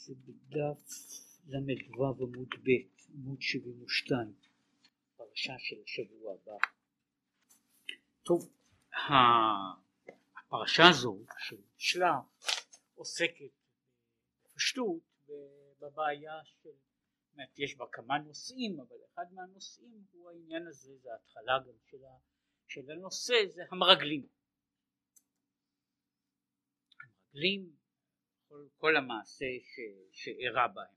זה בדף ל"ו עמוד ב', עמוד 72, פרשה של השבוע הבא. טוב, הפרשה הזו של שלח עוסקת בפשטות בבעיה של, יש בה כמה נושאים, אבל אחד מהנושאים הוא העניין הזה, זה ההתחלה גם של הנושא, זה המרגלים. המרגלים, כל המעשה שאירע בהם.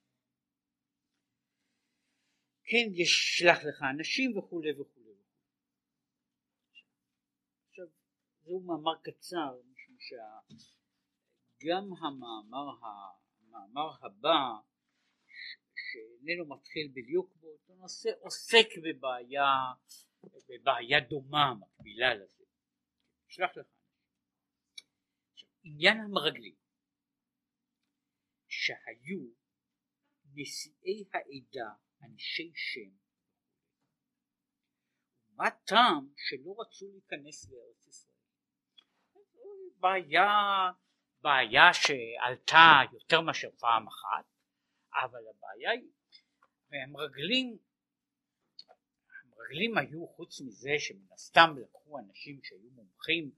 כן, ישלח לך אנשים וכו' וכו'. עכשיו, זהו מאמר קצר, משום שגם המאמר הבא, שאיננו מתחיל בדיוק באותו נושא, עוסק בבעיה דומה, מקבילה לזה. ישלח לך. עניין המרגלים, שהיו נשיאי העדה אנשי שם, מה טעם שלא רצו להיכנס לארץ ישראל? בעיה שעלתה יותר מאשר פעם אחת, אבל הבעיה היא, המרגלים היו, חוץ מזה שמן הסתם לקחו אנשים שהיו מומחים,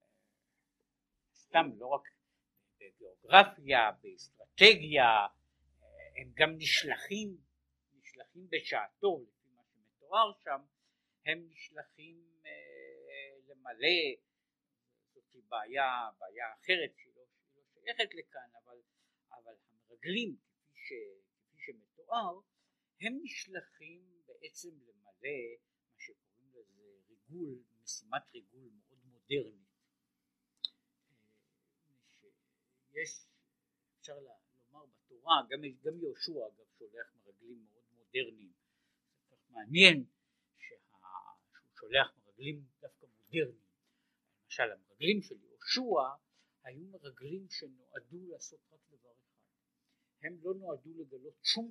סתם לא רק בגיאוגרפיה, באסטרטגיה, הם גם נשלחים בשעתו, לפי מה שמתואר שם, הם נשלחים למלא, זאת בעיה אחרת שלא שייכת לכאן, אבל המרגלים, כפי שמתואר, הם נשלחים בעצם למלא מה שקוראים לזה ריגול, משימת ריגול מאוד מודרנית. אפשר לומר בתורה, גם יהושע אגב שולח מרגלים מאוד מודרניים. זה כך מעניין שהוא שולח מרגלים דווקא מודרניים. למשל המרגלים של יהושע היו מרגלים שנועדו לעשות רק דבר אחד. הם לא נועדו לגלות שום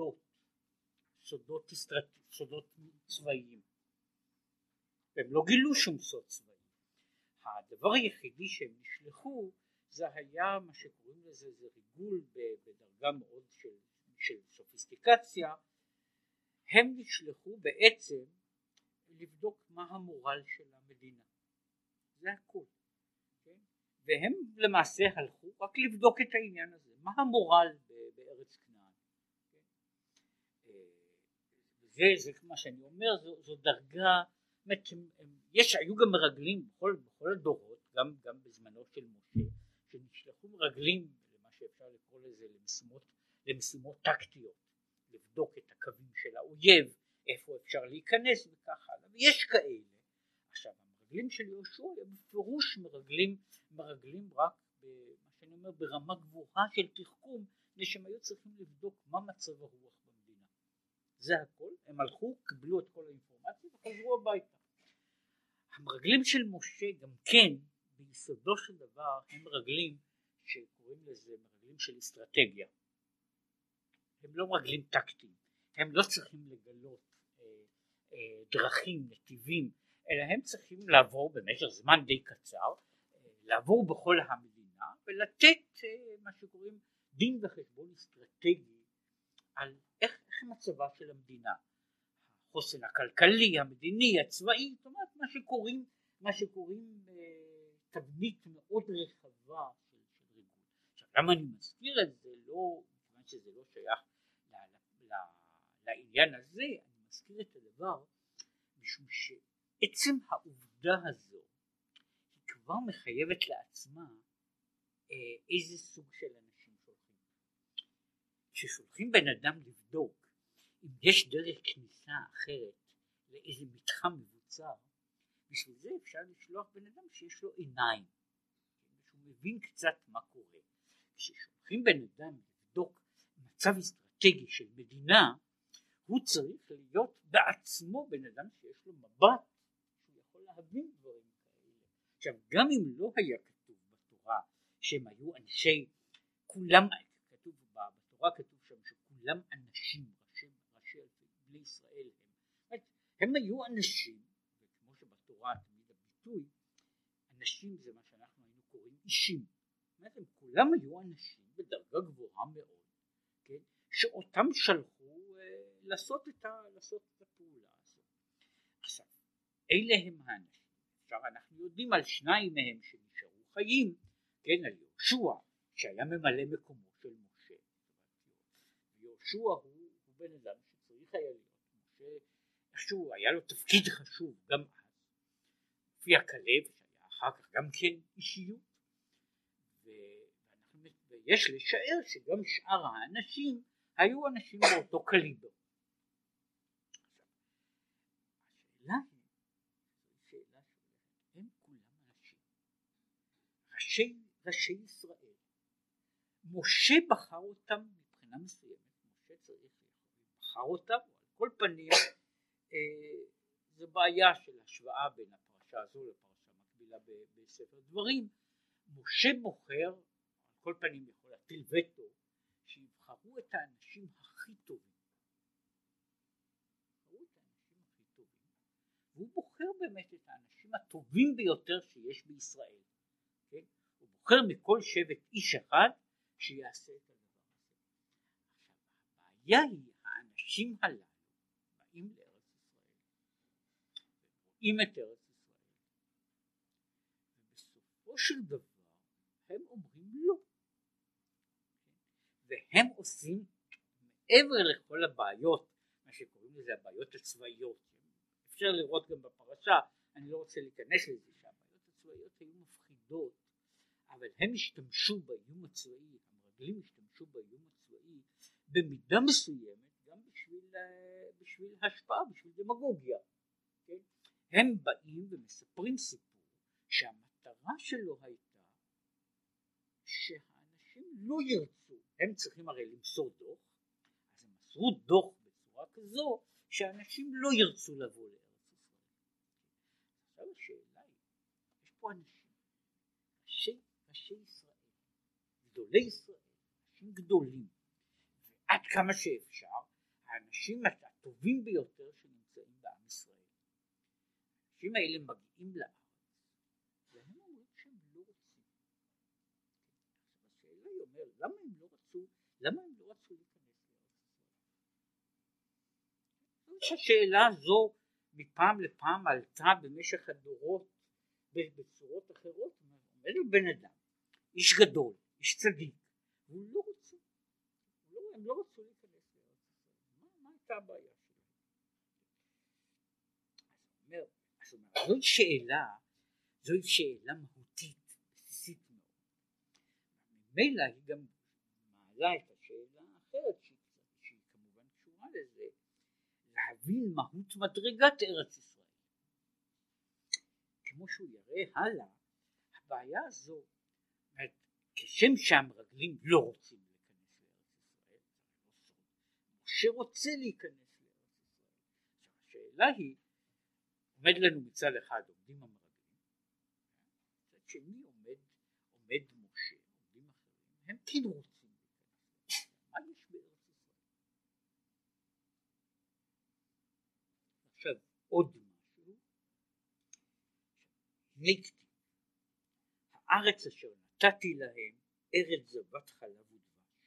סודות צבאיים. הם לא גילו שום סוד צבאי. הדבר היחידי שהם נשלחו זה היה מה שקוראים לזה, זה ריגול בדרגה מאוד של סופיסטיקציה. הם נשלחו בעצם לבדוק מה המורל של המדינה. זה הכל. כן? והם למעשה הלכו רק לבדוק את העניין הזה. מה המורל בארץ כנען. כן? זה מה שאני אומר, זו דרגה, היו גם מרגלים בכל הדורות, גם בזמנו של משה, שנשלחו מרגלים למה שאפשר לקרוא לזה למשימות טקטיות, לבדוק את הקווים של האויב, איפה אפשר להיכנס וכך הלאה, ויש כאלה. עכשיו המרגלים של יהושע הם בפירוש מרגלים רק מה שאני אומר ברמה גבוהה של תחכום, שהם היו צריכים לבדוק מה מצב הרוח במדינה. זה הכל. הם הלכו, קיבלו את כל האינפורמציה וחזרו הביתה. המרגלים של משה גם כן ביסודו של דבר הם מרגלים שקוראים לזה מרגלים של אסטרטגיה. הם לא מרגלים טקטיים, הם לא צריכים לגלות דרכים, נתיבים, אלא הם צריכים לעבור במשך זמן די קצר, לעבור בכל המדינה ולתת מה שקוראים דין וחשבון אסטרטגי על איך מצבה של המדינה, החוסן הכלכלי, המדיני, הצבאי, זאת אומרת מה שקוראים תבנית מאוד רחבה של ריגול. עכשיו למה אני מזכיר את זה? לא, כיוון שזה לא שייך לעניין הזה, אני מזכיר את הדבר משום שעצם העובדה הזו היא כבר מחייבת לעצמה איזה סוג של אנשים שולחים. כששולחים בן אדם לבדוק אם יש דרך כניסה אחרת לאיזה מתחם מבוצר, בשביל זה אפשר לשלוח בן אדם שיש לו עיניים, שהוא מבין קצת מה קורה. כששולחים בן אדם לבדוק מצב אסטרטגי של מדינה, הוא צריך להיות בעצמו בן אדם שיש לו מבט, שהוא יכול להבין דברים כאלה. עכשיו גם אם לא היה כתוב בתורה שהם היו אנשי, כולם, בתורה כתוב שם שכולם אנשים, ראשי בני ישראל הם היו אנשים, וכמו שבתורה תמיד הביטוי, אנשים זה מה שאנחנו היינו קוראים אישים. הם כולם היו אנשים בדרגה גבוהה מאוד, שאותם שלחו לעשות את הפעולה הזאת. עכשיו, אלה הם האנשים. עכשיו אנחנו יודעים על שניים מהם שנשארו חיים, כן, על יהושע שהיה ממלא מקומו של משה. יהושע הוא בן אדם שצריך היה להיות משה, איכשהו היה לו תפקיד חשוב גם אז. לפי הכלב שהיה אחר כך גם כן אישיות, ויש לשער שגם שאר האנשים היו אנשים באותו קליבר. השאלה היא, הם כולם אנשים, ראשי ישראל. משה בחר אותם מבחינה מסוימת, משה צריך בחר אותם, על כל פנים זו בעיה של השוואה בין הפרשה הזו לפרשה מקבילה בספר דברים. משה בוחר, על כל פנים יכול להטיל וטו, שיבחרו את האנשים הכי טובים. והוא בוחר באמת את האנשים הטובים ביותר שיש בישראל. כן? הוא בוחר מכל שבט איש אחד שיעשה את הדבר הזה. עכשיו, הבעיה היא, האנשים הללו באים לארץ ישראל, רואים את ארץ ישראל, ובסופו של דבר הם אומרים לא. והם עושים מעבר לכל הבעיות, מה שקוראים לזה הבעיות הצבאיות. אפשר לראות גם בפרשה, אני לא רוצה להיכנס לזה, שהבעיות הצבאיות היו מפחידות, אבל הם השתמשו באיום הצבאי, המרגלים השתמשו באיום הצבאי במידה מסוימת גם בשביל השפעה, בשביל דמגוגיה. כן? הם באים ומספרים סיפור שהמטרה שלו הייתה שהאנשים לא ירצו, הם צריכים הרי למסור דוח, אז הם מסרו דוח בצורה כזו שאנשים לא ירצו לבוא לארץ ישראל. עכשיו השאלה היא, יש פה אנשים, ראשי ישראל, גדולי ישראל, אנשים גדולים, ועד כמה שאפשר, האנשים הטובים ביותר שנמצאים בעם ישראל. האנשים האלה מגיעים לארץ, והם אומרים שהם לא רוצים. עכשיו השאלה היא אומרת, למה הם לא רצו להיכנס לארץ ישראל? השאלה הזו מפעם לפעם עלתה במשך הדורות בצורות אחרות. עומד לו בן אדם, איש גדול, איש צדיק, והוא לא רוצה, הם לא רצו להיכנס לארץ ישראל. מה הייתה הבעיה שלהם? זוהי שאלה מהותית, בסיסית מאוד. ממילא היא גם מעלה את השאלה האחרת שהיא כמובן קשורה לזה, להבין מהות מדרגת ארץ ישראל. כמו שהוא יראה הלאה, הבעיה הזו, כשם שהמרגלים לא רוצים להיכנס לארץ ישראל, משה רוצה להיכנס לארץ ישראל. השאלה היא, עומד לנו מצד אחד עומדים המרגלים, מצד שני עומד משה, עומדים אחרים, הם כן רוצים להיכנס. מה יש בארץ ישראל? עכשיו עוד משהו, נקטי, הארץ אשר נתתי להם ארץ זבת חלב ודבש.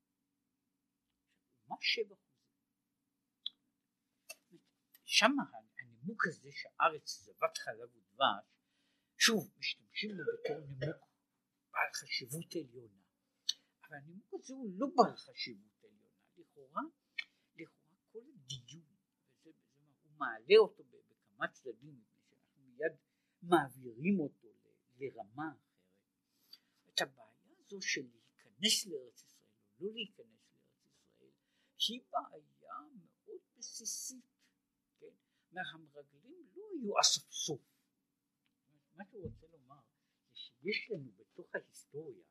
מה שבח זה? שם הנימוק הזה שהארץ זבת חלב ודבש, שוב משתמשים בו בתור נימוק בעל חשיבות עליונה, אבל הנימוק הזה הוא לא בעל חשיבות עליונה. לכאורה כל הדיון הוא מעלה אותו בכמה צדדים, שאנחנו מיד מעבירים אותו לרמה אחרת. את הבעיה הזו של להיכנס לארץ ישראל או לא להיכנס לארץ ישראל היא בעיה מאוד בסיסית. כן? מהמרגלים לא היו אספסוף. מה שהוא רוצה לומר זה שיש לנו בתוך ההיסטוריה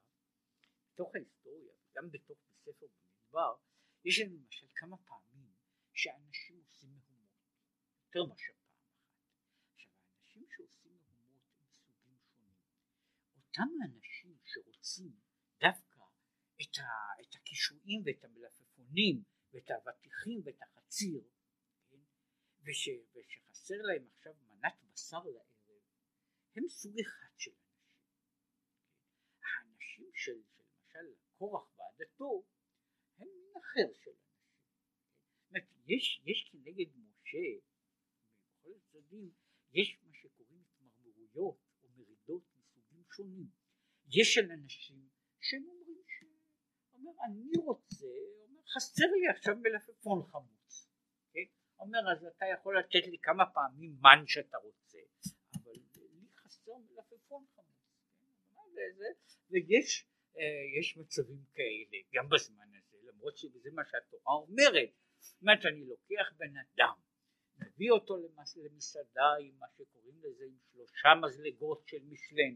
וגם בתוך בספר במדבר, יש לנו למשל כמה פעמים שאנשים עושים מהומות יותר מאשר פעם אחת. עכשיו האנשים שעושים מהומות הם סוגים שונים. אותם האנשים שרוצים דווקא את הקישואים ואת המלפפונים ואת האבטיחים ואת החציר, כן? ושחסר להם עכשיו מנת בשר לערב, הם סוג אחד של אנשים. האנשים של למשל קורח ועדתו הם מן אחר של אנשים. יש כנגד משה בכל הצדדים יש מה שקוראים התמרמרויות או מרידות מסוגים שונים. יש של אנשים שהם אומרים אומר אני רוצה, אומר חסר לי עכשיו מלפפון חמוץ, כן? אומר אז אתה יכול לתת לי כמה פעמים מן שאתה רוצה, אבל לי חסר מלפפון חמוץ, ויש מצבים כאלה גם בזמן הזה, למרות שזה מה שהתורה אומרת. זאת אומרת אני לוקח בן אדם, מביא אותו למסעדה עם מה שקוראים לזה עם 3 מזלגות של משלן,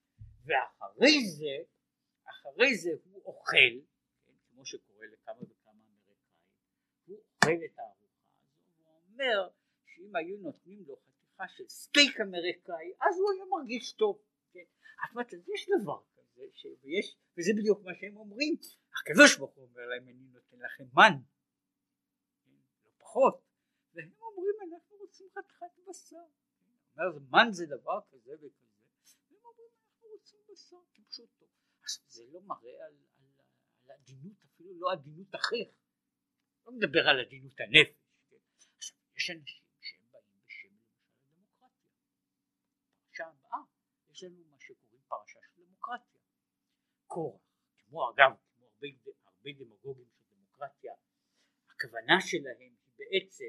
ואחרי זה הוא אוכל, כמו שקורה לכמה וכמה אמריקאים, הוא אוכל את הארוחה הזו, והוא אומר שאם היו נותנים לו חתיכה של סטייק אמריקאי אז הוא היה מרגיש טוב, כן? זאת אומרת יש דבר כזה וזה בדיוק מה שהם אומרים, הקדוש ברוך הוא אומר להם אני נותן לכם מן, לא פחות, והם אומרים אנחנו רוצים חתיכת בשר, אומר מן זה דבר כזה וכזה, והם אומרים אנחנו רוצים בשר כפשוטו. זה לא מראה על עדינות, אפילו לא עדינות אחר, לא מדבר על עדינות הנפש, כן? עכשיו יש אנשים שהם באים בשם למשל הדמוקרטיה. פרשה הבאה יש לנו מה שקוראים פרשה של דמוקרטיה, קורח, כמו הרבה דמגוגים של דמוקרטיה, הכוונה שלהם היא בעצם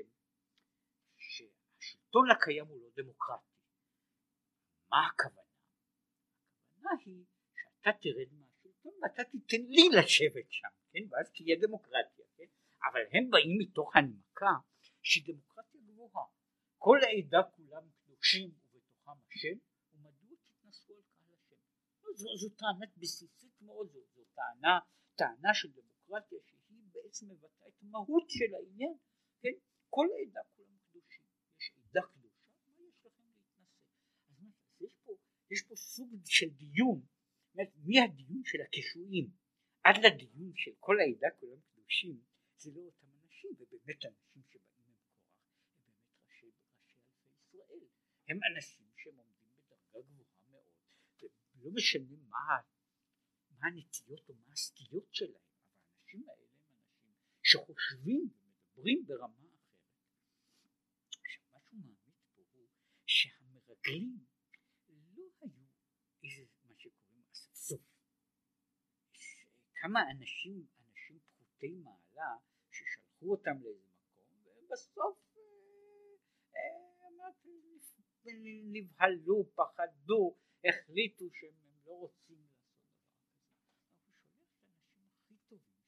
שהשלטון הקיים הוא לא דמוקרטי. מה הכוונה? הכוונה היא שאתה תרד מהשלטון ואתה תיתן לי לשבת שם, כן? ואז תהיה דמוקרטיה, כן? אבל הם באים מתוך הנמקה שהיא דמוקרטיה גבוהה, כל העדה כולם קדושים ובתוכם השם, ומדוע תתנסו על קהל השם? זו טענת בסיסית מאוד, זו טענה של דמוקרטיה שהיא בעצם מבטאה את המהות של העניין, כן? כל העדה כולם קדושים, יש עדה קדושה, מה יש לכם להתנסה? אז יש פה סוג של דיון, מהדיון של הקישואים עד לדיון של כל העדה כולם קדושים, זה לא אותם אנשים, ובאמת האנשים שבאים עם קורח הם באמת ראשי אלפי ישראל, הם אנשים שהם עומדים בדרגה גבוהה מאוד, ולא משנה מה הנטיות או מה הסטיות שלהם, אבל האנשים האלה הם אנשים שחושבים ומדברים ברמה אחרת. עכשיו משהו מעמיד פה הוא שהמרגלים לא היו איזה מה שקוראים אספסוף, כמה אנשים פחותי מעלה ששלחו אותם לאיזה מקום ובסוף נבהלו, פחדו, החליטו שהם לא רוצים לעשות דבר כזה. הוא שולח את האנשים הכי טובים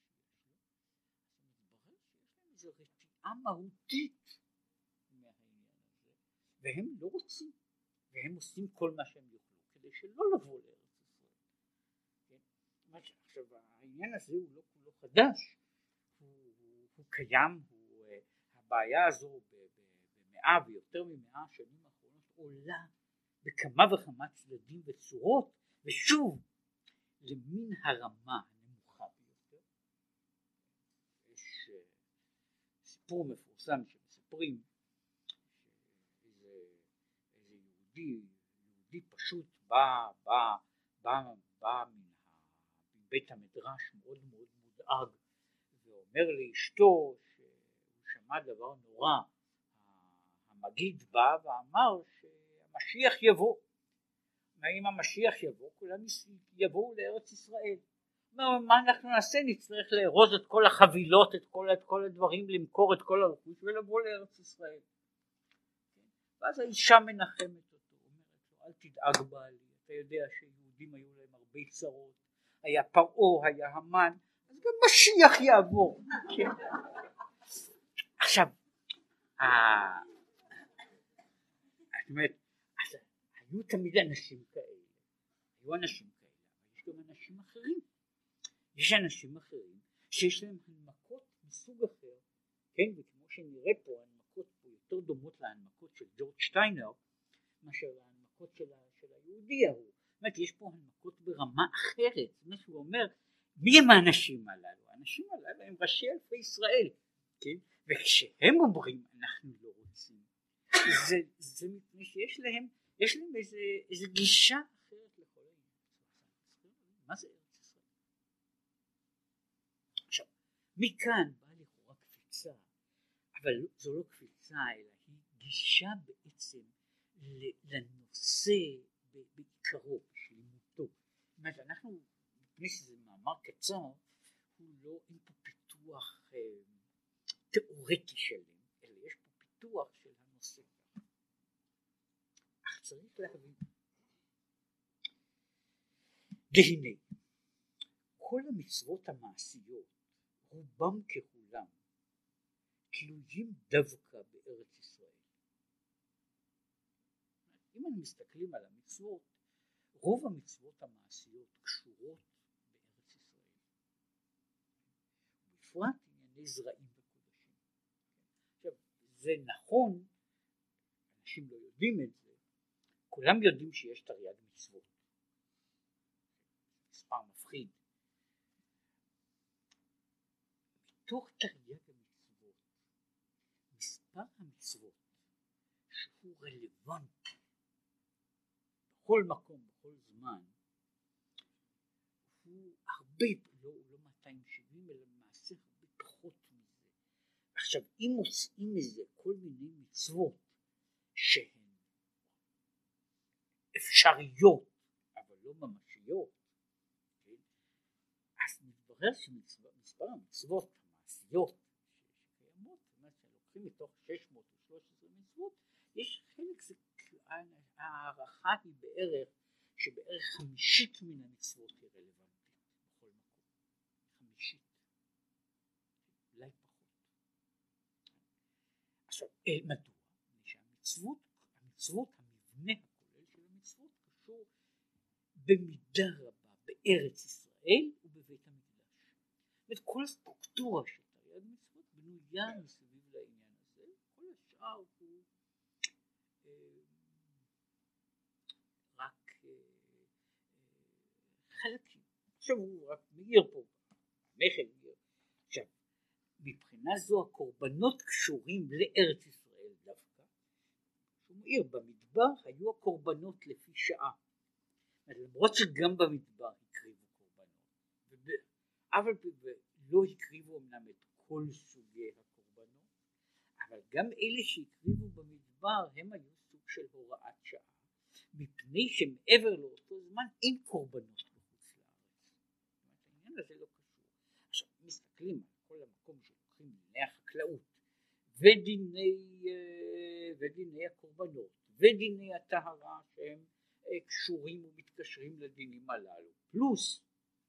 שיש לו, אז מתברר שיש להם איזו רתיעה מהותית מהעניין הזה והם לא רוצים, והם עושים כל מה שהם יוכלו כדי שלא לבוא לארץ ישראל, כן? עכשיו העניין הזה הוא לא כולו חדש, הוא קיים, הבעיה הזו במאה ויותר ממאה השנים האחרונות עולה בכמה וכמה צדדים וצורות, ושוב למין הרמה הנמוכה ביותר. יש סיפור מפורסם שמספרים שאיזה יהודי פשוט בא מבית המדרש מאוד מאוד מודאג ואומר לאשתו שהוא שמע דבר נורא, המגיד בא ואמר שהמשיח יבוא, אם המשיח יבוא כולם יבואו לארץ ישראל, מה אנחנו נעשה? נצטרך לארוז את כל החבילות, את כל הדברים, למכור את כל הרכוש ולבוא לארץ ישראל. ואז האישה מנחמת אותו, אומרת לו אל תדאג בעלי, אתה יודע שיהודים היו להם הרבה צרות, היה פרעה, היה המן, אז גם משיח יעבור. עכשיו זאת אומרת, היו תמיד אנשים כאלה, אבל יש גם אנשים אחרים, יש אנשים אחרים שיש להם הנמקות מסוג אחר, כן, וכמו שנראה פה ההנמקות פה יותר דומות להנמקות של ג'ורג' שטיינר מאשר להנמקות של היהודי ההוא. זאת אומרת יש פה הנמקות ברמה אחרת, זאת אומרת הוא אומר מי הם האנשים הללו? האנשים הללו הם ראשי אלפי ישראל, כן? וכשהם אומרים אנחנו לא רוצים, זה מפני שיש להם איזה גישה אחרת לכל העניין. מה זה ארץ ישראל? עכשיו מכאן באה לכאורה קפיצה, אבל זו לא קפיצה אלא היא גישה בעצם לנושא בעיקרו, בשלמותו. זאת אומרת, אנחנו, מפני שזה מאמר קצר, אין פה פיתוח תיאורטי שלם, אלא יש פה פיתוח של הנושא. אך צריך להבין, והנה, כל המצוות המעשיות, רובם ככולם, תלויים דווקא בארץ ישראל. אם אנחנו מסתכלים על המצוות, רוב המצוות המעשיות קשורות בארץ ישראל. בפרט ענייני זרעים וקודשים. עכשיו, זה נכון, אנשים לא יודעים את זה, כולם יודעים שיש תרי"ג מצוות. מספר מפחיד. מתוך תרי"ג המצוות, מספר המצוות שהוא רלוונטי בכל מקום, בכל זמן, הוא הרבה, לא 270, אלא למעשה הרבה פחות מזה. עכשיו, אם מוצאים מזה כל מיני מצוות שהן אפשריות, אבל לא ממשיות, אז מתברר שמספר המצוות המעשיות שקיימות, זאת אומרת שלוקחים מתוך 613 מצוות, יש חלק, הערכה היא בערך, שבערך 50 מן המצוות היא רלוונטית בכל מקום. 50. אולי פחות. עכשיו, מדוע? שהמצוות, המבנה הכולל של המצוות קשור במידה רבה בארץ ישראל ובבית המקדש. ואת כל הסטרוקטורה של תרי"ג מצוות בנויה מסביב לעניין הזה, כל השאר הוא רק חלקים. עכשיו הוא רק מאיר פה, המחל מאיר. עכשיו, מבחינה זו הקורבנות קשורים לארץ ישראל דווקא. הוא מאיר, במדבר היו הקורבנות לפי שעה. למרות שגם במדבר הקריבו קורבנות, אבל לא הקריבו אמנם את כל סוגי הקורבנות, אבל גם אלה שהקריבו במדבר הם היו סוג של הוראת שעה, מפני שמעבר לאותו זמן אין קורבנות בחוץ לארץ. העניין הזה לא קשור. עכשיו מסתכלים על כל המקום שלוקחים דיני החקלאות ודיני הקורבנות ודיני הטהרה שהם קשורים ומתקשרים לדינים הללו, פלוס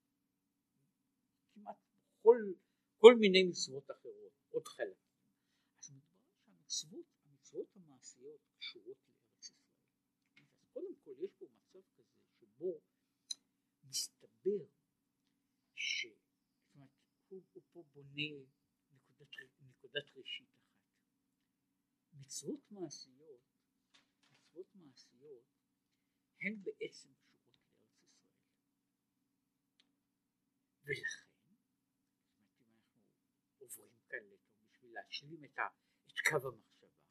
כמעט כל מיני מצוות אחרות, עוד חלקים. אז מדבר שהמצוות המעשיות קשורות לארץ ישראל. אז קודם כל יש פה מצב כזה שבו מסתבר זאת אומרת, הוא פה בונה נקודת ראשית אחת. מצוות מעשיות הן בעצם קשורות לארץ ישראל. ולכן, אם אנחנו עוברים כאן בשביל להשלים את קו המחשבה,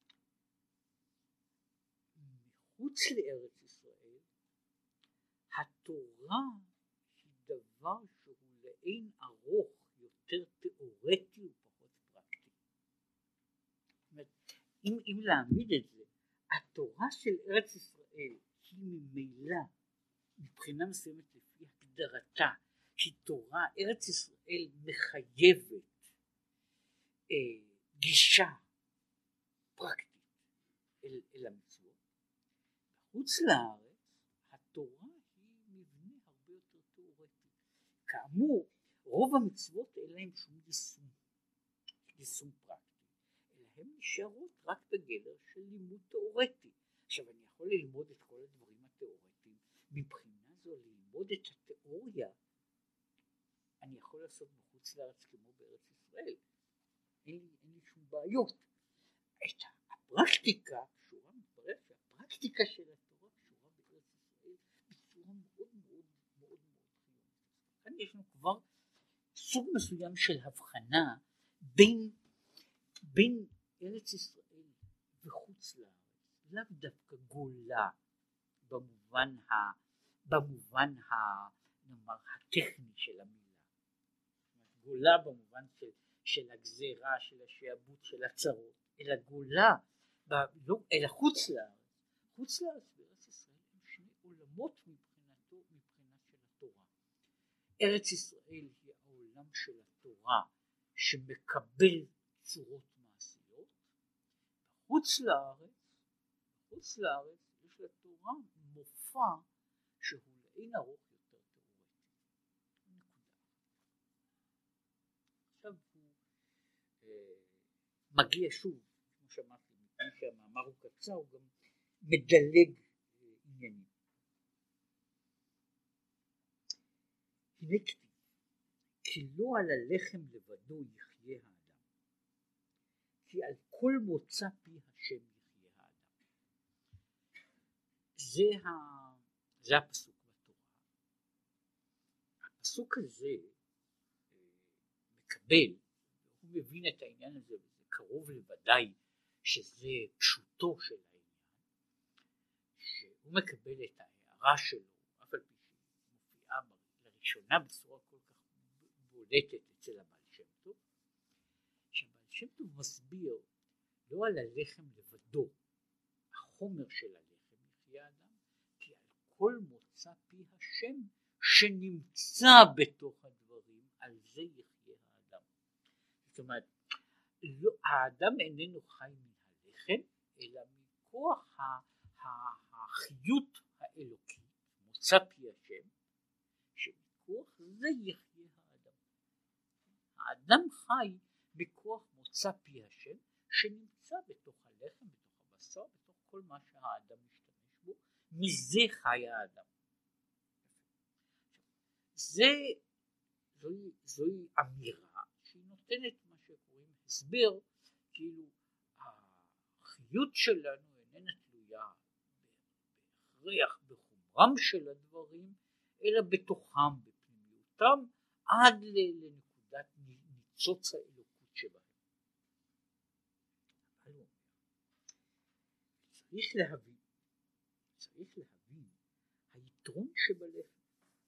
מחוץ לארץ ישראל, התורה היא דבר שהוא לאין ארוך יותר תיאורטי ופחות פרקטי. זאת אומרת, אם להעמיד את זה, התורה של ארץ ישראל היא ממילא מבחינה מסוימת לפי הגדרתה שהיא תורה, ארץ ישראל מחייבת גישה פרקטית אל המצוות. בחוץ לארץ התורה היא מבנה הרבה יותר תיאורטי. כאמור, רוב המצוות אין להם שום יישום פרקטי, אלא הן נשארות רק בגדר של לימוד תיאורטי. עכשיו אני יכול ללמוד את כל הדברים התיאורטיים, מבחינה זו ללמוד את התיאוריה אני יכול לעשות בחוץ לארץ כמו בארץ ישראל, אין לי שום בעיות. את הפרקטיקה קשורה, מתברר שהפרקטיקה של התורה קשורה בארץ ישראל בצורה מאוד מאוד מאוד חיובית. כאן יש לנו כבר סוג מסוים של הבחנה בין ארץ ישראל וחוץ לארץ, לאו דווקא גולה במובן נאמר הטכני של המילה. גולה במובן של הגזירה, של השעבוד, של הצרות, אלא גולה אל החוץ לארץ. חוץ לארץ בארץ ישראל הם שני עולמות מבחינת של התורה. ארץ ישראל היא העולם של התורה שמקבל צורות מעשיות. חוץ לארץ יש לתורה מופע שהוא לאין ארוך יותר תיאורטי. עכשיו הוא מגיע שוב, כמו שאמרתי, מפני שהמאמר הוא קצר, הוא גם מדלג עניינים. הנה כתיב, כי לא על הלחם לבדו יחיה האדם, כי על כל מוצא פי השם יחיה האדם. זה הפסוק בתורה. הפסוק הזה מקבל, הוא מבין את העניין הזה, וזה קרוב לוודאי שזה פשוטו של העניין, שהוא מקבל את ההערה שלו, אף על פי שמופיעה לראשונה בצורה כל כך בולטת אצל הבעל שם טוב, שהבעל שם טוב מסביר לא על הלחם לבדו, החומר של הלחם יחיה האדם, כי על כל מוצא פי השם שנמצא בתוך הדברים, על זה יחיה האדם. זאת אומרת, האדם איננו חי מן הלחם, אלא מכוח החיות האלוקית, מוצא פי השם, שמכוח זה יחיה האדם. האדם חי בכוח מוצא פי השם, שנמצא בתוך הלחם, בתוך הבשר, בתוך כל מה שהאדם משתמש בו, מזה חי האדם. זוהי אמירה שהיא נותנת מה שקוראים הסבר, כאילו החיות שלנו איננה תלויה בהכרח בחומרם של הדברים, אלא בתוכם, בפנימיותם, עד לנקודת ניצוץ האלוקות שבהם. צריך להבין היתרון שבלחם.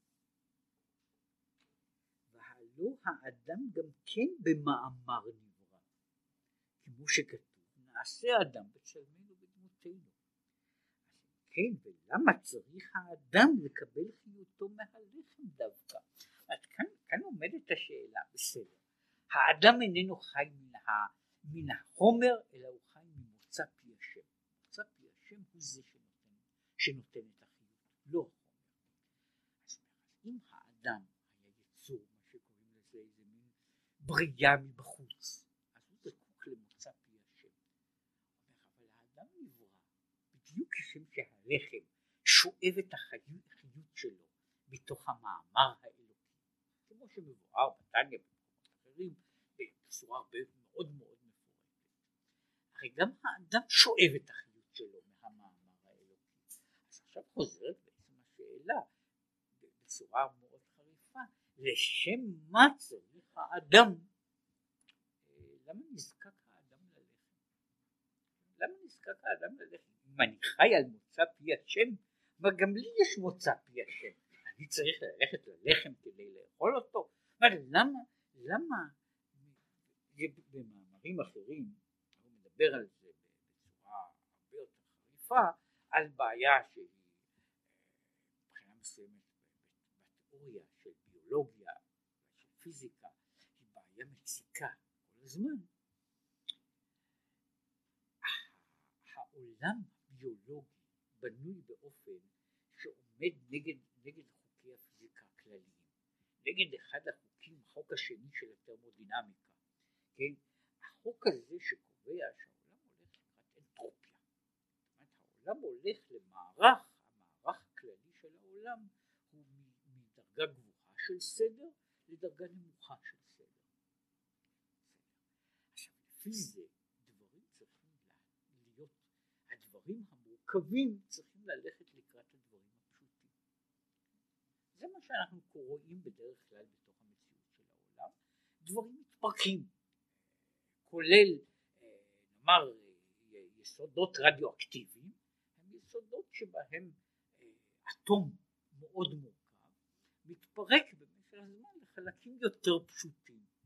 והלא האדם גם כן במאמר נברא, כמו שכתוב, נעשה האדם בצלמנו ובדמותנו. כן, ולמה צריך האדם לקבל חיותו מהלחם דווקא? כאן עומדת השאלה, בסדר. האדם איננו חי מן החומר, אלא הוא חי ממוצא פי השם. מוצא פי השם הוא זה שנותן את החיות, לא החומר. אז אם האדם היה יצור, מה שקוראים לזה איזה מין בריאה מבחוץ, אז הוא זקוק למוצא פי השם. אבל האדם נברא בדיוק כשם שהלחם שואב את החיות שלו מתוך המאמר האלוקי, כמו שמבואר בתניא ובמקומות אחרים בצורה הרבה מאוד מאוד מפורטת. הרי גם האדם שואב את החיות שלו מהמאמר האלוקי. אז עכשיו חוזרת בעצם השאלה בצורה מאוד חריפה, לשם מה צריך האדם? למה נזקק האדם ללחם? למה נזקק האדם ללחם? אם אני חי על מוצא פי השם, אבל גם לי יש מוצא פי השם, אני צריך ללכת ללחם כדי לאכול אותו? למה במאמרים אחרים הוא מדבר על זה בצורה הרבה יותר חריפה, על בעיה שהיא מבחינה מסוימת בתיאוריה של ביולוגיה, של פיזיקה, היא בעיה מציקה כל הזמן. העולם הביולוגי בנוי באופן שעומד נגד חוקי הפיזיקה הכלליים, נגד אחד החוקים, החוק השני של התרמודינמיקה. כן? החוק הזה שקובע שהעולם הולך לקראת אנטרופיה, העולם הולך המערך הכללי של העולם הוא מדרגה גבוהה של סדר לדרגה נמוכה של סדר. עכשיו לפי זה דברים צריכים להיות, הדברים המורכבים צריכים ללכת לקראת הדברים הפשוטים. זה מה שאנחנו רואים בדרך כלל בתוך המציאות של העולם. דברים מתפרקים, כולל נאמר יסודות רדיואקטיביים, הם יסודות שבהם אטום מאוד מורכב מתפרק במשך הזמן לחלקים יותר פשוטים.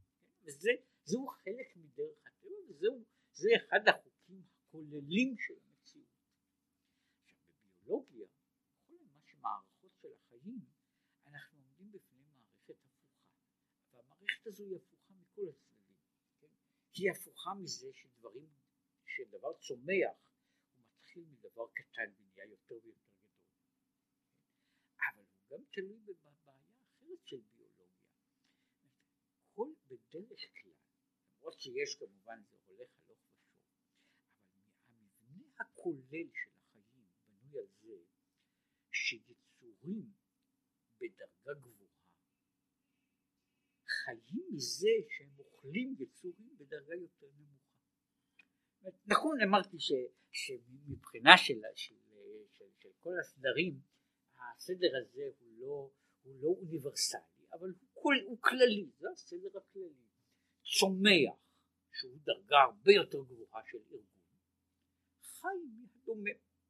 וזהו חלק מדרך הטבע, וזה אחד החוקים הכוללים של המציאות. עכשיו בביולוגיה, בכל מה שמערכות של החיים, אנחנו עומדים בפני מערכת הפוכה, והמערכת הזו היא הפוכה מכל הצדדים, כן? היא הפוכה מזה שדבר צומח, הוא מתחיל מדבר קטן ונהיה יותר ויותר גדול, אבל הוא גם תלוי בבעיה אחרת של ביולוגיה. כל בדרך כלל, למרות שיש כמובן זה הולך הלוך ושוב, אבל המבנה הכולל של החיים בנוי על זה שיצורים בדרגה גבוהה חיים מזה שהם אוכלים יצורים בדרגה יותר נמוכה. נכון, אמרתי שמבחינה של כל הסדרים, הסדר הזה הוא לא אוניברסלי, אבל הוא כללי, זה הסדר הכללי. צומח, שהוא דרגה הרבה יותר גבוהה של ארגון, חי מהדומה.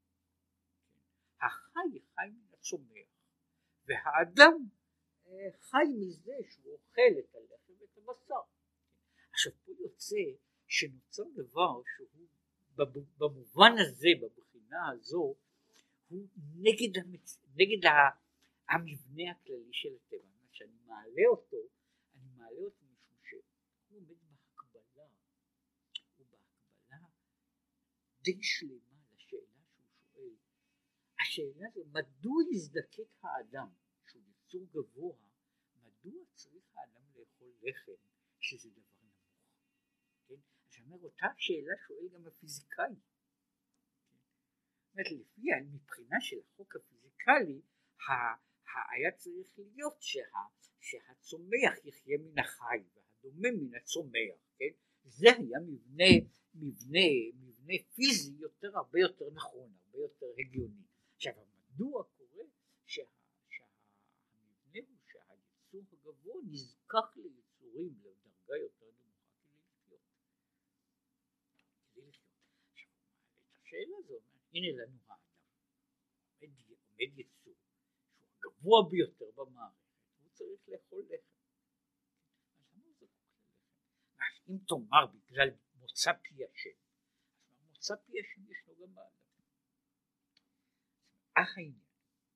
החי חי מן הצומח, והאדם חי מזה שהוא אוכל את הלחם ואת הבשר. עכשיו פה יוצא שנוצר דבר שהוא במובן הזה, בבחינה הזו, הוא נגד המבנה הכללי של הטבע. כשאני מעלה אותו משום שהוא עומד בהקבלה, ובהקבלה די שלמה לשאלה שהוא שואל. השאלה הזו, מדוע יזדקק האדם, שהוא יצור גבוה, מדוע צריך האדם לאכול לחם, שזה דבר נמוך? כן? אז אומר, אותה שאלה שואל גם הפיזיקאי. זאת אומרת, מבחינה של החוק הפיזיקלי, היה צריך להיות שהצומח יחיה מן החי והדומה מן הצומח, כן? זה היה מבנה פיזי הרבה יותר נכון, הרבה יותר הגיוני. עכשיו, מדוע קורה שהמבנה הוא שהיצור הגבוה נזקק ליצורים לדרגה יותר נמוכה כדי לחיות. עכשיו, את השאלה הזו, הנה לנו האדם, עומד יצור שהוא הגבוה ביותר במערכת, הוא צריך לאכול לחם. אז למה הוא זקוק ללחם? אז אם תאמר בגלל מוצא פי השם, אז מוצא פי השם ישנו גם באדם. אך העניין,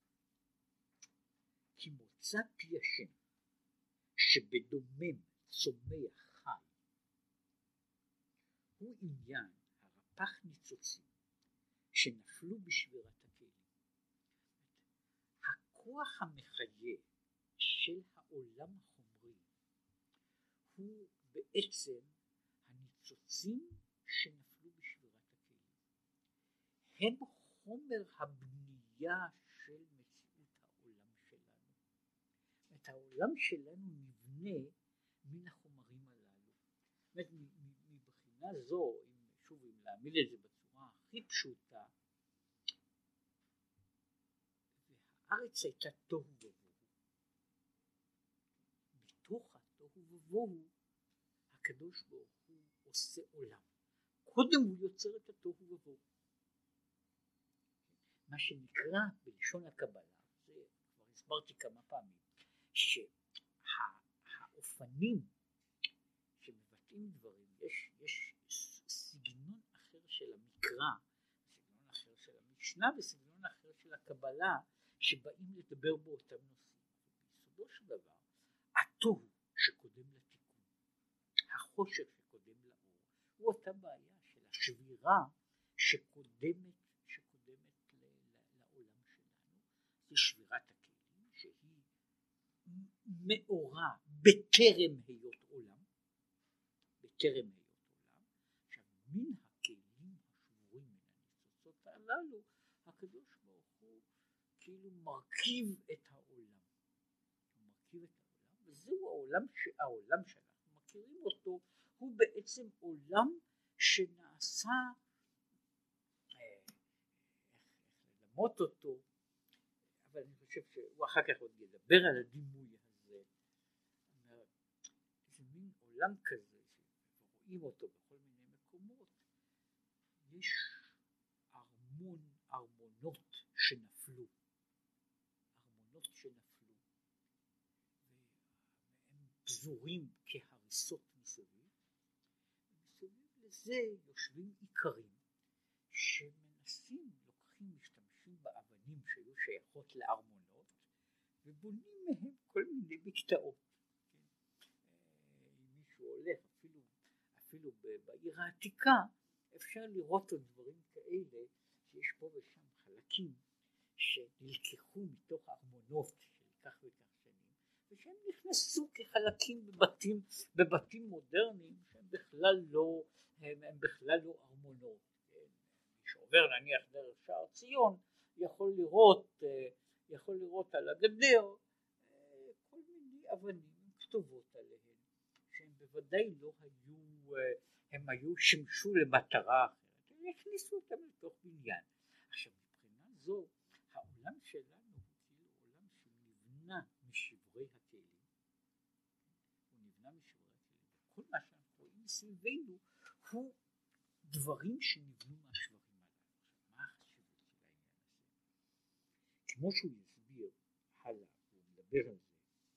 כי מוצא פי השם שבדומם צומח חי, הוא עניין הרפ"ח ניצוצים שנפלו בשבירת הכלים. הכוח המחיה של העולם החומרי הוא בעצם הניצוצים שנפלו בשבירת הכלים. הם חומר הבנייה של מציאות העולם שלנו. את העולם שלנו נבנה מן החומרים הללו. מבחינה זו, אם להעמיד את זה בצורה הכי פשוטה, הארץ הייתה תוהו ובוהו. בתוך התוהו ובוהו הקדוש ברוך הוא עושה עולם. קודם הוא יוצר את התוהו ובוהו. מה שנקרא בלשון הקבלה, זה כבר הסברתי כמה פעמים, שהאופנים שמבטאים דברים, יש סגנון אחר של המקרא, סגנון אחר של המשנה וסגנון אחר של הקבלה, שבאים לדבר באותם נושאים. בסופו של דבר, התוהו שקודם לתיקון, החושך שקודם לאור, הוא אותה בעיה של השבירה שקודמת לעולם שלנו. זה שבירת הכלים שהיא מאורה בטרם היות עולם. עכשיו, מן הכלים השבורים מן הניצוצות הללו, הקדוש ברוך הוא כאילו מרכיב את העולם. וזהו העולם שאנחנו מכירים אותו, הוא בעצם עולם שנעשה, איך ללמוד אותו, אבל אני חושב שהוא אחר כך עוד ידבר על הדימוי הזה. זה מין עולם כזה שרואים אותו בכל מיני מקומות, יש ארמונות שנפלו, והם פזורים כהריסות מסביב, ומסביב לזה יושבים איכרים שמנסים, משתמשים באבנים שהיו שייכות לארמונות ובונים מהם כל מיני מקטעות. אם מישהו הולך אפילו בעיר העתיקה אפשר לראות עוד דברים כאלה, שיש פה ושם חלקים שנלקחו מתוך ארמונות של כך וכך שנים ושהם נכנסו כחלקים בבתים מודרניים שהם בכלל לא ארמונות. מי שעובר נניח דרך שער ציון יכול לראות על הגדר כל מיני אבנים כתובות עליהן שהן בוודאי לא היו שימשו למטרה אחרת, הם הכניסו אותם לתוך בניין. עכשיו מבחינה זו העולם שלנו הוא כאילו עולם שנבנה משברי הכלים, וכל מה שאנחנו רואים מסביבנו הוא דברים שנבנו מהשברים הללו. מה החשיבות של העניין הזה? כמו שהוא יסביר הלאה, הוא מדבר על זה,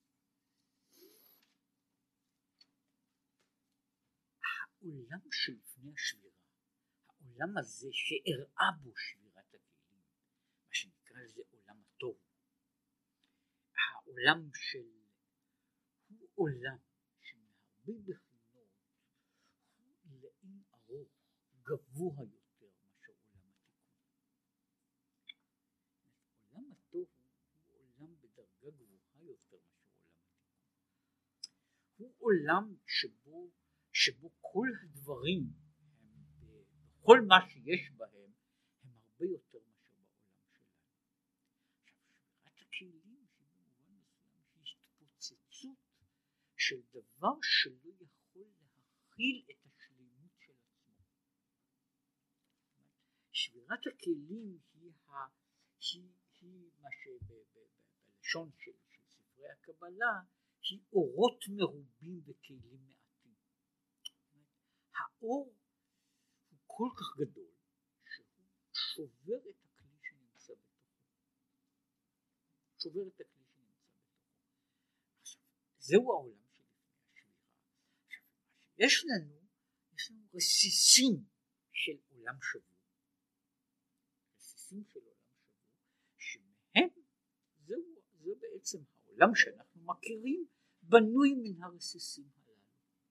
העולם שלפני השבירה, העולם הזה שאירעה בו שבירת הכלים, מה שנקרא לזה עולם התוהו, העולם הוא עולם שמהרבה בחינות הוא לאין ארוך גבוה יותר מאשר עולם התיקון. עולם התוהו הוא עולם בדרגה גבוהה יותר מאשר עולם התיקון. הוא עולם שבו כל הדברים הם, בכל מה שיש בהם הם הרבה יותר מאשר בעולם שלנו. עכשיו שבירת הכלים שבמובן מסוים היא התפוצצות של דבר שלא יכול להכיל את השלימות של עצמו. שבירת הכלים היא מה שבלשון של ספרי הקבלה היא אורות מרובים וכלים מעטים. האור הוא כל כך גדול שהוא שובר את הכלי שנמצא בתוכו. עכשיו, זהו העולם שלפני השבירה. יש לנו רסיסים של עולם שבוי. שמהם זה בעצם העולם שאנחנו מכירים בנוי מן הרסיסים הללו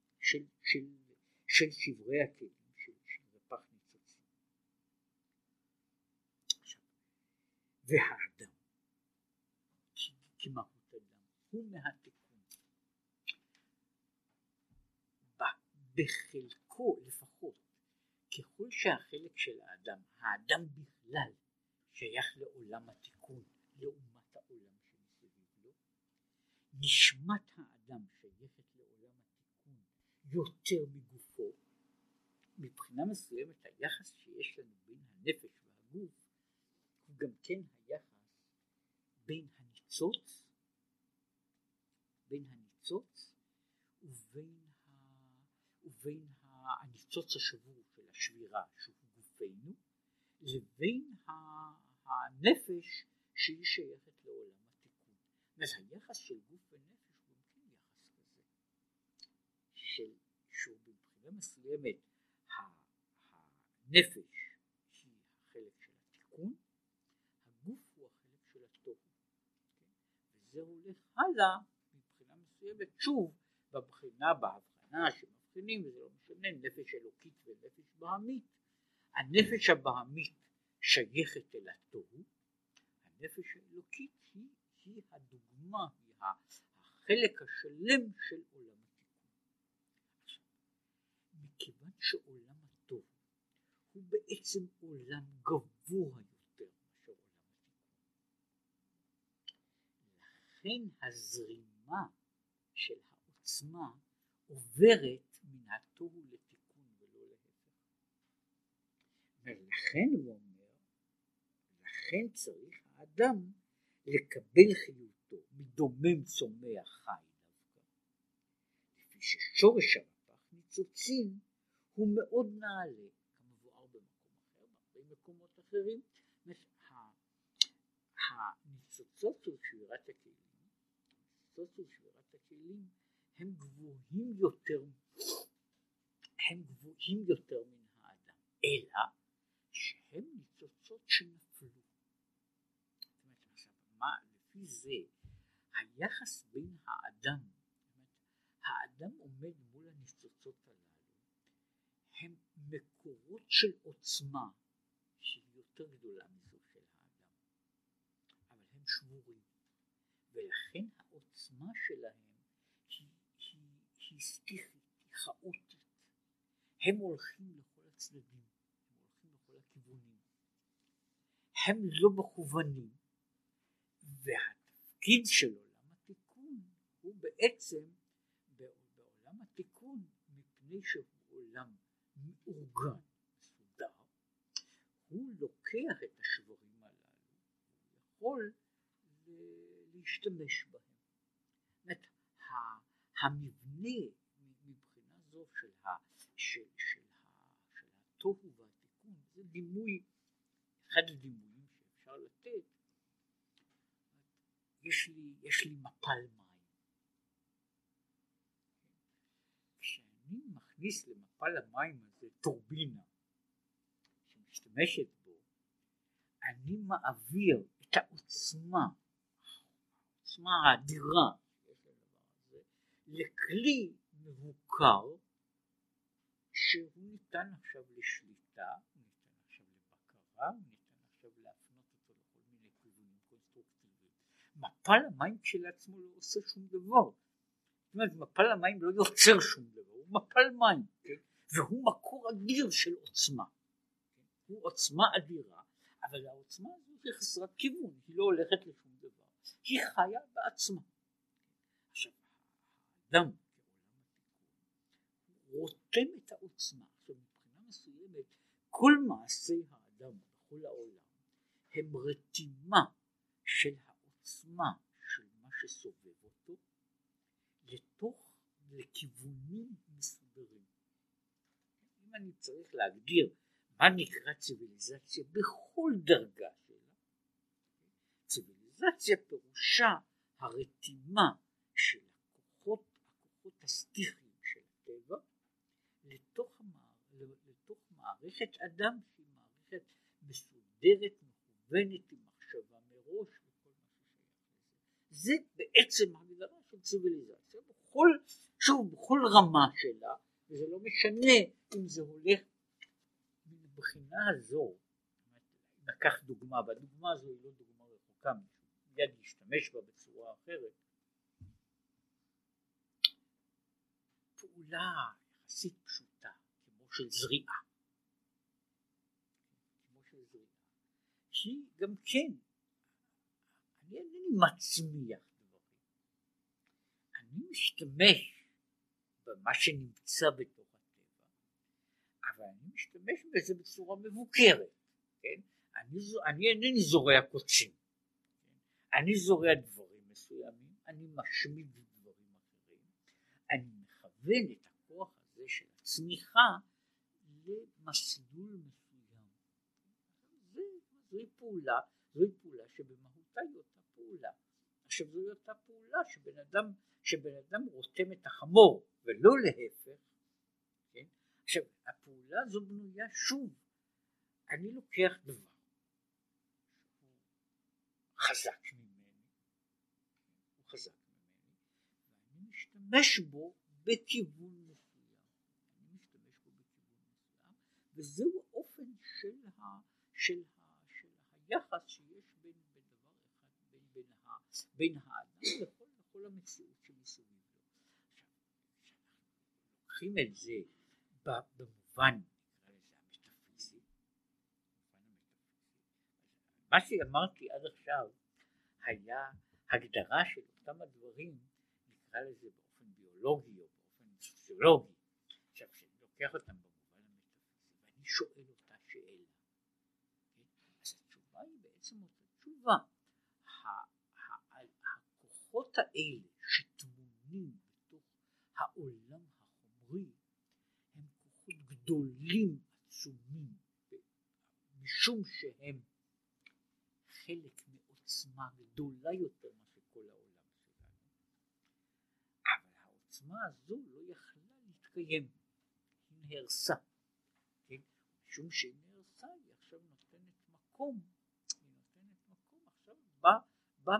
של שברי הכלים, של רפ"ח ניצוצים. והאדם כמהות אדם הוא מהתיקון בחלקו לפחות, ככל שהחלק של האדם בכלל שייך לעולם התיקון לעומת העולם שמסביב לו, נשמת האדם שייכת לעולם התיקון יותר מגופו. מבחינה מסוימת היחס שיש לנו בין הנפש והגוף הוא גם כן היחס בין הניצוץ ובין הניצוץ השבור של השבירה שהוא גופנו, לבין הנפש שהיא שייכת לעולם התיקון. אז היחס של גוף ונפש הוא גם כן יחס כזה שהוא מבחינה מסוימת הנפש היא החלק של התיקון, הגוף הוא החלק של התוכן, וזה הולך הלאה מבחינה מסוימת שוב בהבחנה שמבחינים, וזה לא משנה נפש אלוקית ונפש בהמית. הנפש הבהמית שייכת אל התוהו, הנפש האלוקית היא הדוגמה, היא החלק השלם של עולם התיקון. מכיוון שעולם התוהו הוא בעצם עולם גבוה יותר מאשר עולם התיקון, לכן הזרימה של העוצמה עוברת מן התוהו לתיקון ולא להפך. ולכן הוא אומר, לכן צריך האדם לקבל חיותו מדומם צומח חי דווקא, לפי ששורש הרפ"ח ניצוצין הוא מאוד נעלה, כמבואר במקום אחר, במקומות אחרים. הניצוצות של שבירת הכלים הם גבוהים יותר מן האדם, אלא שהם ניצוצות שנפלו. זאת אומרת, עכשיו, לפי זה היחס בין האדם, האדם עומד מול הניצוצות הללו, הם מקורות של עוצמה שהיא יותר גדולה מזו של האדם, אבל הם שבורים, ולכן העוצמה שלהם היא סטיחית, היא חאוטית. הם הולכים לכל הצדדים, הם הולכים לכל הכיוונים, הם לא מכוונים, והתפקיד של עולם התיקון הוא בעצם בעולם התיקון, מפני שהוא עולם מאורגן, מסודר, הוא לוקח את השברים הללו, הוא יכול להשתמש בהם. זאת אומרת, המבנה מבחינה זו של התוהו והתיקון, זה דימוי, אחד הדימויים שאפשר לתת. יש לי מפל מים. כשאני מכניס למפל המים הזה טורבינה שמשתמשת בו, אני מעביר את העוצמה האדירה לכלי מבוקר שהוא ניתן עכשיו לשליטה, הוא ניתן עכשיו לבקרה, הוא ניתן עכשיו להפנות אותו לכל מיני כיוונים קונסטרוקטיביים. מפל המים כשלעצמו לא עושה שום דבר. זאת אומרת, מפל המים לא יוצר שום דבר, הוא מפל מים, כן? והוא מקור אדיר של עוצמה. כן? הוא עוצמה אדירה, אבל העוצמה הזאת היא חסרת כיוון, היא לא הולכת לשום דבר. היא חיה בעצמה. עכשיו, האדם רותם את העוצמה. עכשיו, מבחינה מסוימת, כל מעשי האדם בכל העולם הם רתימה של העוצמה של מה שסובב אותו לכיוונים מסודרים. אם אני צריך להגדיר מה נקרא ציוויליזציה בכל דרגה שלה, ציוויליזציה פירושה הרתימה של הכוחות הסטיחיים של הטבע לתוך מערכת אדם שהיא מערכת מסודרת, מכוונת, עם מחשבה מראש וכל מה ששייך לזה. זה בעצם הגדרה של ציוויליזציה בכל רמה שלה, וזה לא משנה אם זה הולך מבחינה הזו. נקח דוגמה, והדוגמה הזו היא לא דוגמה רחוקה, מיד להשתמש בה בצורה אחרת. פעולה יחסית פשוטה, כמו של זריעה. היא גם כן, אני אינני מצמיח דברים. אני משתמש במה שנמצא בתוך הטבע, אבל אני משתמש בזה בצורה מבוקרת. כן? אני אינני זורע קוצים. אני זורע דברים מסוימים, אני משמיד דברים אחרים, אני מכוון את הכוח הזה של הצמיחה למסלול מסוים. זוהי פעולה שבמהותה היא אותה פעולה. עכשיו זוהי אותה פעולה שבן אדם רותם את החמור ולא להפך. כן? עכשיו הפעולה זו בנויה שוב, אני לוקח דבר חזק ממני, ואני משתמש בו בכיוון מסוים, וזהו האופן של היחס שיש בין דבר אחד, בין האדם לכל המציאות שמסביב לו. עכשיו, לוקחים את זה במובן המטאפיזי, מה שאמרתי עד עכשיו היה הגדרה של אותם הדברים, נקרא לזה באופן ביולוגי או באופן סוציולוגי. עכשיו כשאני לוקח אותם במובן המטאפיזי ואני שואל אותה שאלה, אז התשובה היא בעצם אותה תשובה. הכוחות האלה שטמונים בתוך העולם החומרי הם כוחות גדולים, עצומים, משום שהם חלק מעוצמה גדולה יותר מאשר כל העולם שלנו. אבל העוצמה העוצמה הזו לא יכלה להתקיים, היא נהרסה, כן? משום שהיא נהרסה היא עכשיו נותנת מקום, עכשיו בא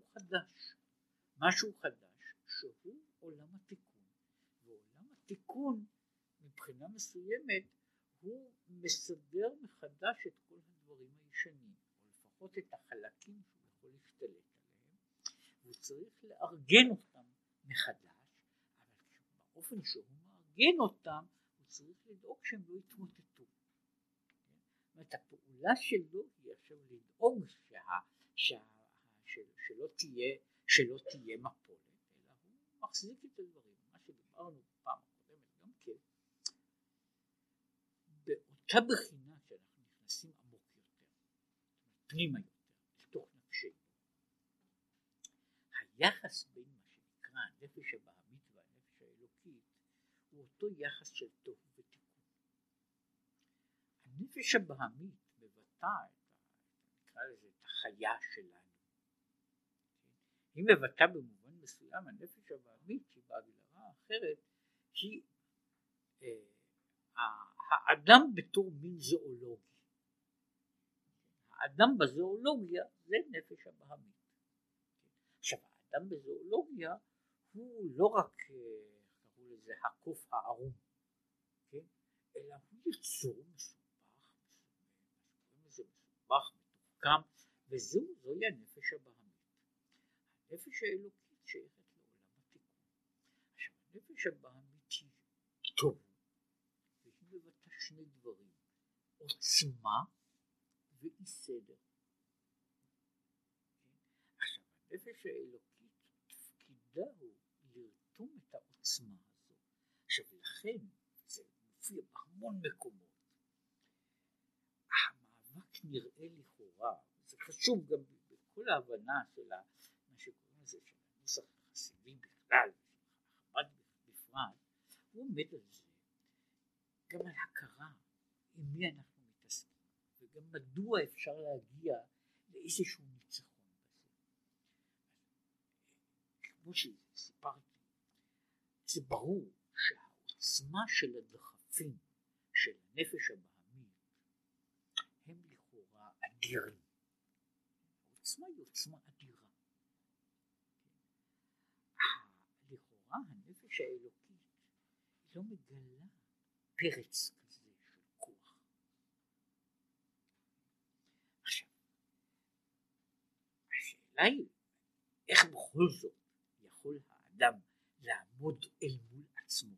משהו חדש שהוא עולם התיקון, ועולם התיקון מבחינה מסוימת הוא מסדר מחדש את כל הדברים הישנים, או לפחות את החלקים שהוא יכול להשתלט עליהם, והוא צריך לארגן אותם מחדש, אבל באופן שהוא מארגן אותם הוא צריך לדאוג שהם לא יתמוטטו. זאת אומרת, הפעולה שלו היא עכשיו לדאוג שלא תהיה מפולת, אלא הוא מחזיק את הדברים, מה שדיברנו פעם הקודמת גם כן, באותה בחינה שאנחנו נכנסים עמוק יותר, פנימה יותר, לתוך נפשנו. היחס בין מה שנקרא הנפש הבהמית והנפש האלוקית הוא אותו יחס של תוהו ותיקון. הנפש הבהמית מבטא נקרא לזה את החיה שלנו. היא מבטא במובן מסוים, הנפש הבהמית שהיא בהגדרה אחרת היא האדם בתור מין זואולוגי. האדם בזואולוגיה זה נפש הבהמית. עכשיו האדם בזואולוגיה הוא לא רק קראו לזה הקוף הערום, כן? אלא הוא יצור מסובך, מתוחכם, וזוהי הנפש הבהמית. הנפש האלוקית שייכת לעולם התיקון. עכשיו הנפש הבהמית היא טוב, והיא מבטא שני דברים, עוצמה ואי סדר. עכשיו הנפש האלוקית תפקידה הוא לרתום את העוצמה הזו. עכשיו לכן זה מופיע בהמון מקומות, המאבק נראה לכאורה, זה חשוב גם בכל ההבנה של מה שקוראים לזה של הנוסח החסידי בכלל, החב"ד בפרט, הוא עומד על זה גם על הכרה עם מי אנחנו מתעסקים, וגם מדוע אפשר להגיע לאיזשהו ניצחון בזה. כמו שסיפרתי, זה ברור שהעוצמה של הדחפים של הנפש הבהמית הם לכאורה אדירים. העוצמה היא עוצמה אדירה. לכאורה הנפש האלוקית היא לא מגלה פרץ כזה של כוח. עכשיו, השאלה היא איך בכל זאת יכול האדם לעמוד אל מול עצמו.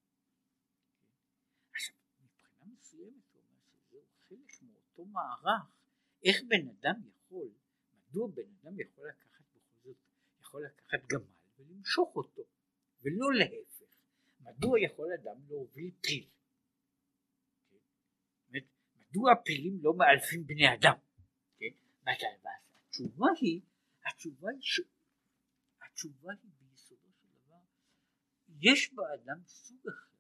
עכשיו, מבחינה מסוימת הוא אומר שזהו חלק מאותו מערך, איך בן אדם יכול, מדוע בן אדם יכול לקחת בכל זאת, יכול לקחת גמל ולמשוך אותו, ולא להפך. מדוע יכול אדם להוביל פיל? מדוע הפילים לא מאלפים בני אדם? התשובה היא ביסודו של דבר, יש באדם סוג אחר,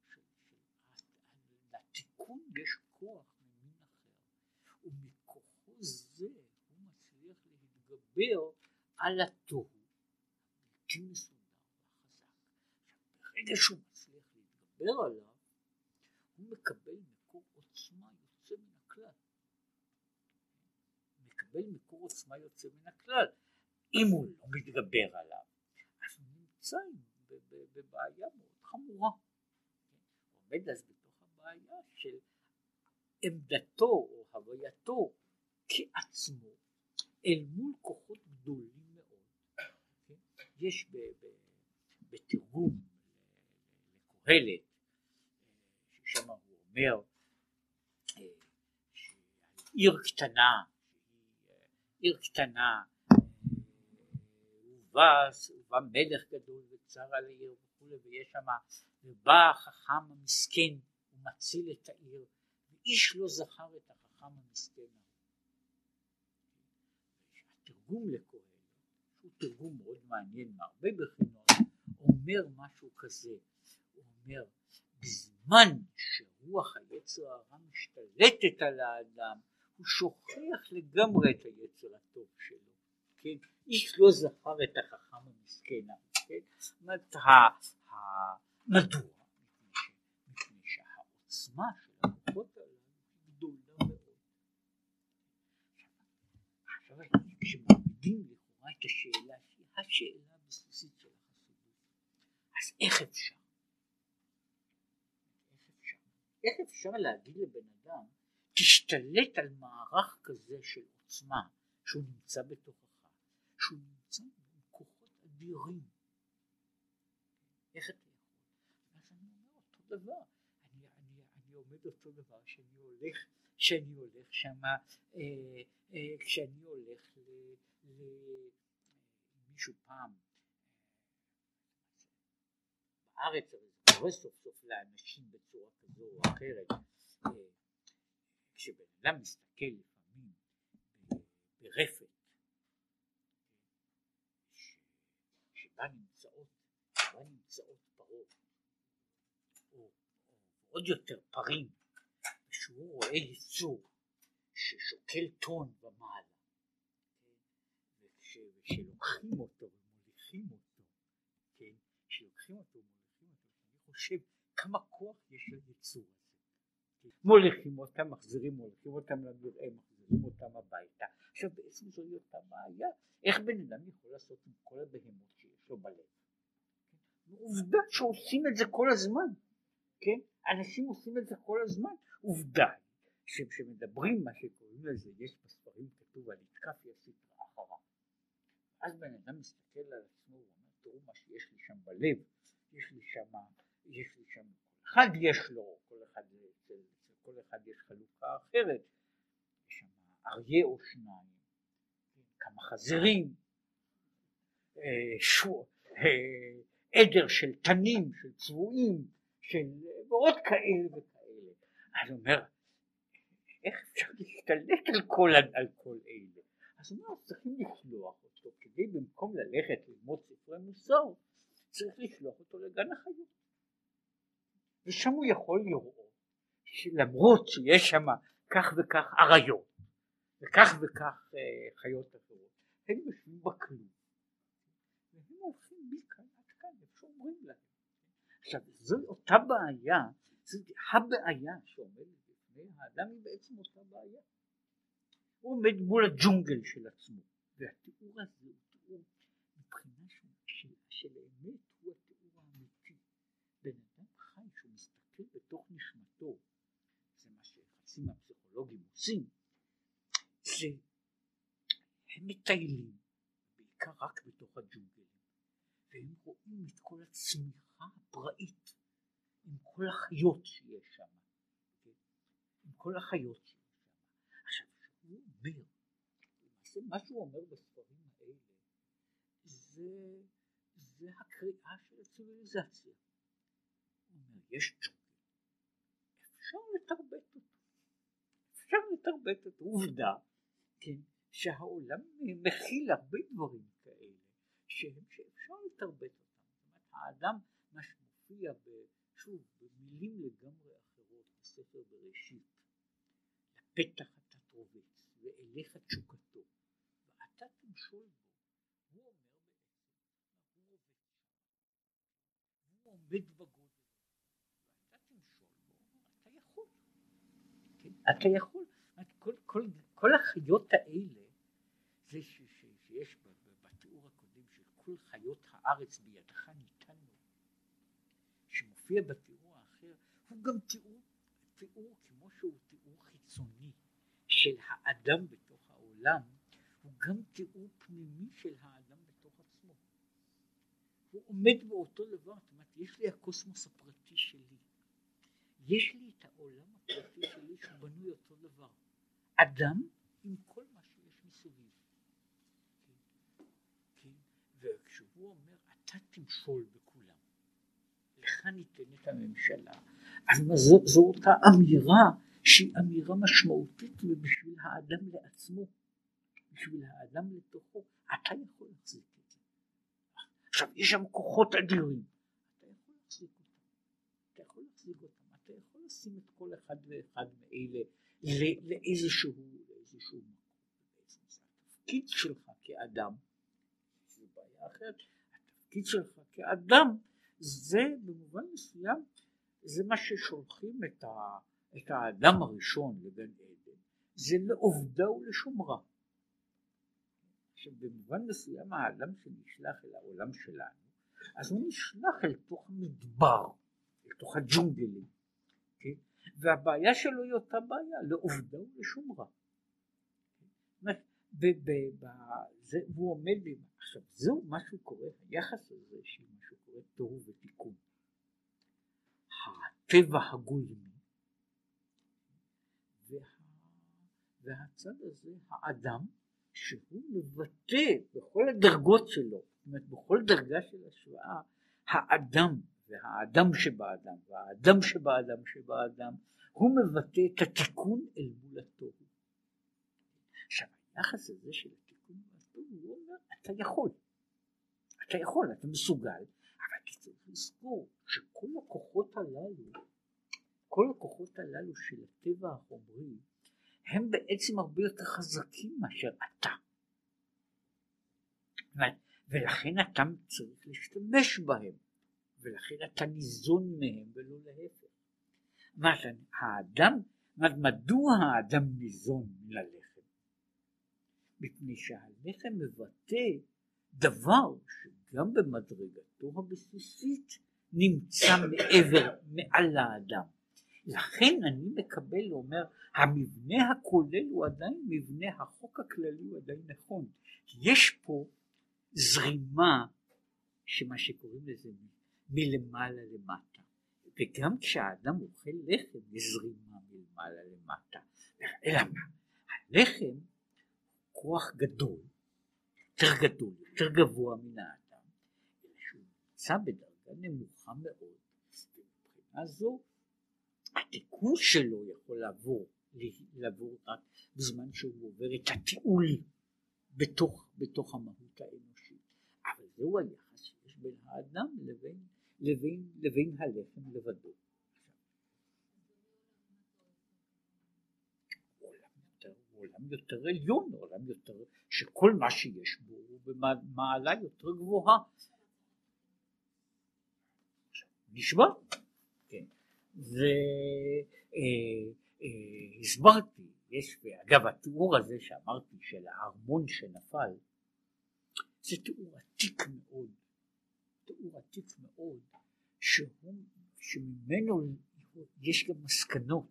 לתיקון יש כוח ממין אחר, ומכוחו זה הוא מצליח להתגבר על התוהו, בלתי מסודר וחזק. ברגע שהוא מצליח להתגבר עליו, הוא מקבל מקור עוצמה יוצא מן הכלל. אם הוא לא מתגבר עליו, אז הוא נמצא בבעיה מאוד חמורה. הוא עומד אז בתוך הבעיה של עמדתו או הווייתו כעצמו אל מול כוחות גדולים מאוד. יש בתרגום לקהלת, ששם הוא אומר עיר קטנה ובא מלך גדול וצר על העיר וכו', ויש שם ובא החכם המסכן ומציל את העיר, ואיש לא זכר את החכם המסכן. התרגום לקהלת, שהוא תרגום מאוד מעניין מהרבה בחינות, אומר משהו כזה, הוא אומר בזמן שרוח היצר הרע משתלטת על האדם, הוא שוכח לגמרי את היצר הטוב שלו, כן? איש לא זכר את החכם המסכן, כן? זאת אומרת, מדוע? מפני שהעוצמה של הכוחות האלה גדולה מאוד. עכשיו כשמעמידים לכאורה את השאלה שהיא השאלה הבסיסית של החסידות, אז איך אפשר? איך אפשר להגיד לבן אדם תשתלט על מערך כזה של עוצמה שהוא נמצא בתוכך, שהוא נמצא עם כוחות אדירים? איך אתה יכול? אז אני אומר אותו דבר, אני עומד אותו דבר שאני הולך שמה, כשאני הולך למישהו פעם בארץ, אבל זה קורה סוף סוף לאנשים בצורה כזו או אחרת, כשבן אדם מסתכל לפעמים ברפת שבה נמצאות פרות או עוד יותר פרים, ושהוא רואה יצור ששוקל טון ומעלה, וכשלוקחים אותו ומוליכים אותו, כן, אני חושב כמה כוח יש ליצור הזה. מוליכים אותם, מחזירים אותם למרעה, מחזירים אותם הביתה. עכשיו בעצם זו אותה בעיה, איך בן אדם יכול לעשות עם כל הבהמות שיש לו בלב? עובדה שעושים את זה כל הזמן, כן? אנשים עושים את זה כל הזמן. עובדה שמדברים מה שקוראים לזה, יש בספרים כתוב על התקף הסטרא אחרא. אז בן אדם מסתכל על עצמו ואומר, תראו מה שיש לי שם בלב, יש לי שם כל אחד יש לו, כל אחד יש חלוקה אחרת, יש שם אריה או שניים, כמה חזירים, עדר של תנים, של צבועים, ועוד כאלה וכאלה. אז הוא אומר, איך אפשר להשתלט על כל אלה? אז הוא אומר, צריכים לשלוח אותו, כדי במקום ללכת ללמוד ספרי מוסר, צריך לשלוח אותו לגן החיות. ושם הוא יכול לראות שלמרות שיש שם כך וכך אריות, וכך וכך חיות אחרות, הם יושבים בכלוב, והם הולכים מכאן עד כאן, איפה שאומרים להם. עכשיו, זו אותה בעיה, זו הבעיה שעומדת בפני האדם, היא בעצם אותה בעיה. הוא עומד מול הג'ונגל של עצמו, והתיאור הזה הוא תיאור מבחינה של האמת, הוא התיאור האמיתי. בן אדם חי שהוא מסתכל בתוך נשמתו, זה מה שיחסים הפסיכולוגיים עושים, זה הם מטיילים בעיקר רק בתוך הג'ונגל, והם רואים את כל הצמיחה הפראית עם כל החיות שיש שם, עם כל החיות שיש שם. עכשיו הוא אומר, מה שהוא אומר בספרים האלה זה הקריאה של הציוויליזציה. הוא אומר, יש ג'ונגל, אפשר לתרבט אותו, עובדה, כן, שהעולם מכיל הרבה דברים כאלה שאפשר לתרבט אותם. זאת אומרת, האדם, מה שמופיע במילים לגמרי אחרות בספר בראשית, לפתח אתה תרובץ ואליך תשוקתו ואתה תמשול בו, הוא אומר בעצם, הוא עומד בגודל ואתה תמשול בו, אתה יכול, כן? אתה יכול. כל החיות האלה, זה שיש בתיאור הקודם של כל חיות הארץ בידך ניתן לו, שמופיע בתיאור האחר, הוא גם תיאור כמו שהוא תיאור חיצוני של האדם בתוך העולם, הוא גם תיאור פנימי של האדם בתוך עצמו. הוא עומד באותו דבר, זאת אומרת, יש לי הקוסמוס הפרטי שלי, יש לי את העולם הפרטי שלי שהוא בנוי אותו דבר. אדם עם כל מה שיש מסביב. כן? וכשהוא אומר, אתה תמשול בכולם, לך ניתנת הממשלה, אז זו אותה אמירה שהיא אמירה משמעותית בשביל האדם לעצמו, בשביל האדם לתוכו. אתה יכול להחזיק את זה. עכשיו יש שם כוחות אדירים, אתה יכול להחזיק אותם, אתה יכול לשים את כל אחד ואחד מאלה לאיזשהו מקום. זה התפקיד שלך כאדם, זו בעיה אחרת, התפקיד שלך כאדם זה במובן מסוים, זה מה ששולחים את האדם הראשון לגן עדן, זה לעובדה ולשומרה. עכשיו במובן מסוים האדם שנשלח אל העולם שלנו, אז הוא נשלח אל תוך המדבר, אל תוך הג'ונגלים, כן? והבעיה שלו היא אותה בעיה, לעובדה ולשומרה. והוא עומד, עכשיו זהו משהו קורה, היחס הזה של משהו קורה תוהו ותיקון. הטבע הגולמי והצד הזה האדם שהוא מבטא בכל הדרגות שלו, זאת אומרת בכל דרגה של השוואה, האדם והאדם שבאדם והאדם שבאדם שבאדם הוא מבטא את התיקון אל מול התוהו. עכשיו היחס הזה של התיקון והתוהו הוא אומר אתה יכול, אתה מסוגל, אבל אתה צריך לזכור שכל הכוחות הללו של הטבע החומרי הם בעצם הרבה יותר חזקים מאשר אתה, ולכן אתה צריך להשתמש בהם, ולכן אתה ניזון מהם ולא להפך. מדוע האדם ניזון ללחם? מפני שהלחם מבטא דבר שגם במדרגתו הבסיסית נמצא מעל האדם. לכן אני מקבל ואומר, המבנה הכולל הוא עדיין מבנה, החוק הכללי הוא עדיין נכון. יש פה זרימה שמה שקוראים לזה מלמעלה למטה, וגם כשהאדם אוכל לחם יש זרימה מלמעלה למטה. אלא מה? הלחם כוח גדול, יותר גבוה מן האדם, אלא שהוא נמצא בדרגה נמוכה מאוד, ובבחינה זו התיקון שלו יכול לעבור רק בזמן שהוא עובר את התיעול בתוך המהות האנושית. אבל זהו היחס שיש בין האדם לבין הלחם לבדו. עולם יותר עליון, עולם יותר שכל מה שיש בו הוא במעלה יותר גבוהה. נשמע, כן. והסברתי, יש, ואגב התיאור הזה שאמרתי של הארמון שנפל, זה תיאור עתיק מאוד, שממנו יש גם מסקנות.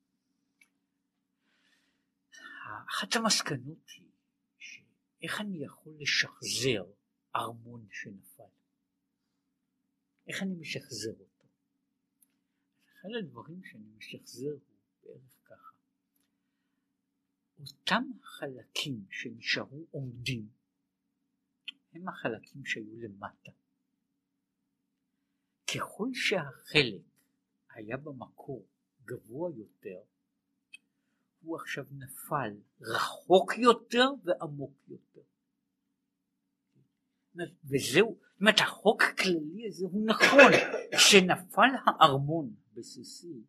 אחת המסקנות היא שאיך אני יכול לשחזר ארמון שנפל, איך אני משחזר אותו. אחד הדברים שאני משחזר הוא בערך ככה, אותם החלקים שנשארו עומדים הם החלקים שהיו למטה. ככל שהחלק היה במקור גבוה יותר, הוא עכשיו נפל רחוק יותר ועמוק יותר. וזהו, זאת אומרת, החוק הכללי הזה הוא נכון. כשנפל הארמון בסיסי,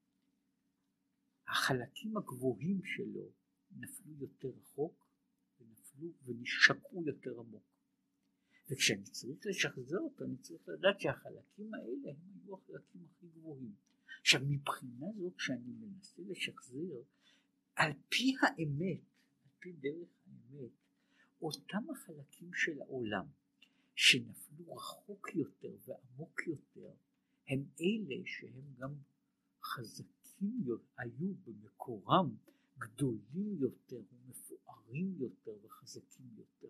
החלקים הגבוהים שלו נפלו יותר רחוק ונשקעו יותר עמוק. וכשאני צריך לשחזר אותו, אני צריך לדעת שהחלקים האלה הם היו החלקים הכי גבוהים. עכשיו מבחינה זו, כשאני מנסה לשחזר, על פי האמת, על פי דרך האמת, אותם החלקים של העולם שנפלו רחוק יותר ועמוק יותר, הם אלה שהם גם חזקים היו במקורם, גדולים יותר ומפוארים יותר וחזקים יותר.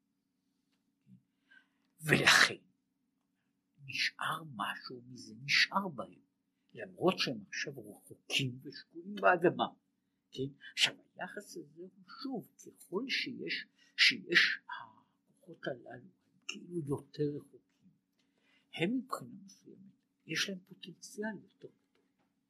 ולכן נשאר משהו מזה, נשאר בהם, למרות שהם עכשיו רחוקים ושקועים באדמה. כן? עכשיו היחס הזה הוא שוב, ככל שיש הכוחות הללו, הם כאילו יותר רחוקים, הם מבחינה מסוימת, יש להם פוטנציאל יותר גדול.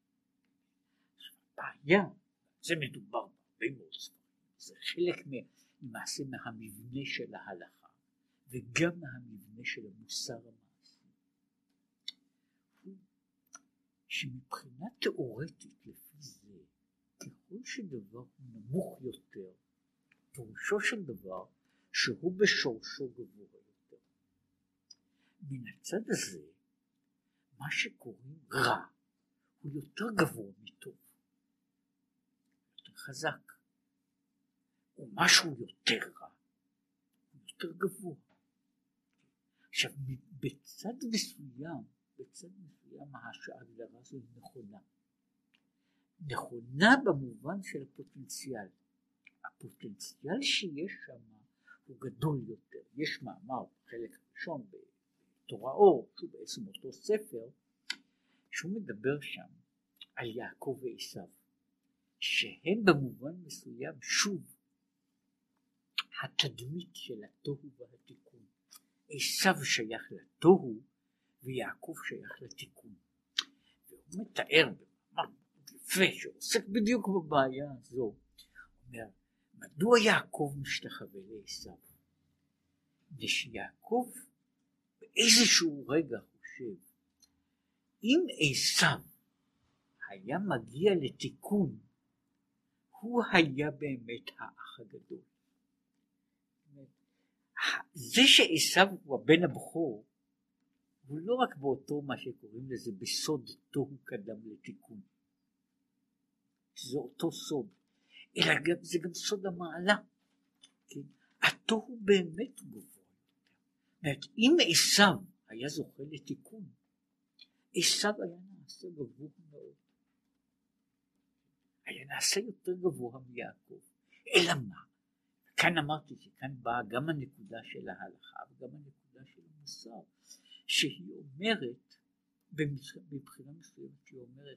הבעיה, זה מדובר בהרבה מאוד ספרים, זה חלק למעשה מהמבנה של ההלכה, וגם מהמבנה של המוסר המעשי, הוא שמבחינה תיאורטית לפי זה, ככל שדבר הוא נמוך יותר, פירושו של דבר שהוא בשורשו גבוה יותר. מן הצד הזה מה שקוראים רע הוא יותר גבוה מטוב, יותר חזק, ומשהו יותר רע הוא יותר גבוה. עכשיו בצד מסוים ההגדרה הזו היא נכונה במובן של הפוטנציאל. הפוטנציאל שיש שם הוא גדול יותר. יש מאמר בחלק הראשון בתורה אור, שהוא בעצם אותו ספר, שהוא מדבר שם על יעקב ועשיו, שהם במובן מסוים שוב התדמית של התוהו והתיקון. עשיו שייך לתוהו ויעקב שייך לתיקון. והוא מתאר במאמר יפה שעוסק בדיוק בבעיה הזו. הוא אומר, מדוע יעקב משתחווה לעשיו? ושיעקב באיזשהו רגע חושב, אם עשיו היה מגיע לתיקון, הוא היה באמת האח הגדול. זה שעשיו הוא הבן הבכור, הוא לא רק באותו מה שקוראים לזה בסוד תוהו קדם לתיקון, זה אותו סוד, אלא גם, זה גם סוד המעלה. כן? התוהו באמת גבוה. אם עשיו היה זוכה לתיקון, עשיו היה נעשה גבוה מאוד, היה נעשה יותר גבוה מיעקב. אלא מה? כאן אמרתי שכאן באה גם הנקודה של ההלכה וגם הנקודה של המוסר, שהיא אומרת בבחינה מסוימת, שהיא אומרת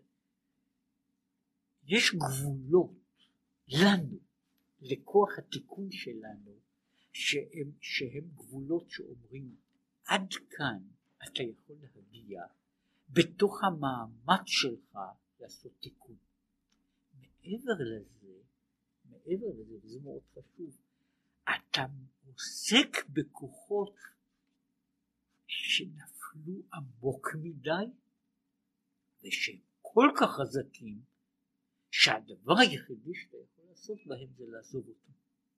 יש גבולות לנו, לכוח התיקון שלנו, שהם גבולות שאומרים עד כאן אתה יכול להגיע בתוך המאמץ שלך לעשות תיקון. מעבר לזה, וזה מאוד חשוב, אתה עוסק בכוחות שנפלו עמוק מדי ושהם כל כך חזקים שהדבר היחידי שאתה יכול לעשות בהם זה לעזוב אותם.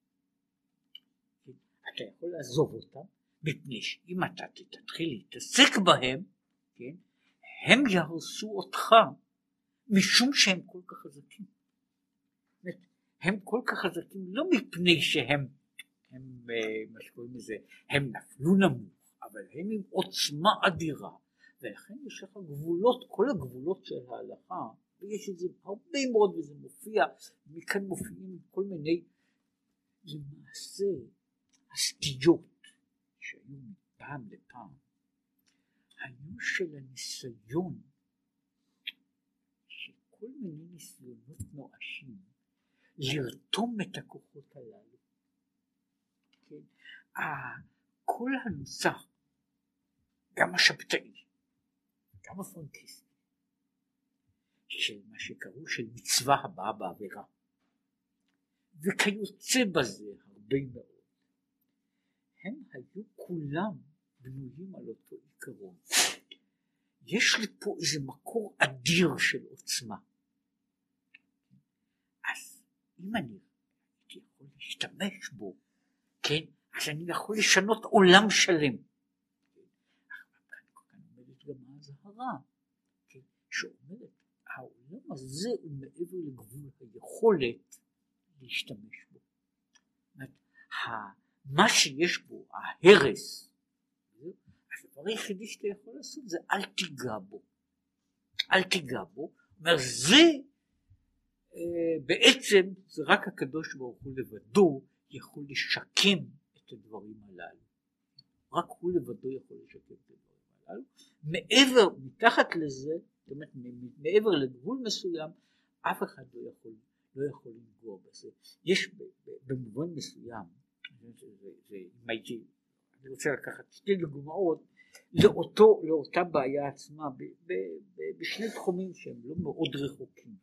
אתה יכול לעזוב אותם מפני שאם אתה תתחיל להתעסק בהם, כן, הם יהרסו אותך משום שהם כל כך חזקים. הם כל כך חזקים לא מפני שהם מה שקוראים לזה, הם נפלו נמוך, אבל הם עם עוצמה אדירה, ולכן יש לך גבולות, כל הגבולות של ההלכה, ויש את זה הרבה מאוד וזה מופיע, מכאן מופיעים כל מיני למעשה הסטיות שהיו מפעם לפעם, היו של הניסיון, שכל מיני ניסיונות נואשים לרתום את הכוחות הללו. כן? כל הנוסח, גם השבתאי, גם הפרנקיסטי, של מה שקראו של מצווה הבאה בעבירה, וכיוצא בזה הרבה מאוד, הם היו כולם בנויים על אותו עיקרון. יש לי פה איזה מקור אדיר של עוצמה. אז אם אני יכול להשתמש בו, כן, אז אני יכול לשנות עולם שלם. כאן עומדת גם ההזהרה, כן, שאומרת, העולם הזה הוא מעבר לגבול היכולת להשתמש בו. מה שיש בו, ההרס, הדבר היחידי שאתה יכול לעשות זה אל תיגע בו. אל תיגע בו. אומר, זה בעצם, זה רק הקדוש ברוך הוא לבדו יכול לשקם את הדברים הללו. רק הוא לבדו יכול לשקם את הדברים הללו. מעבר, מתחת לזה, זאת אומרת, מעבר לגבול מסוים, אף אחד לא יכול לנגוע בזה. יש במובן מסוים, אני רוצה לקחת שתי דוגמאות לאותה בעיה עצמה בשני תחומים שהם לא מאוד רחוקים.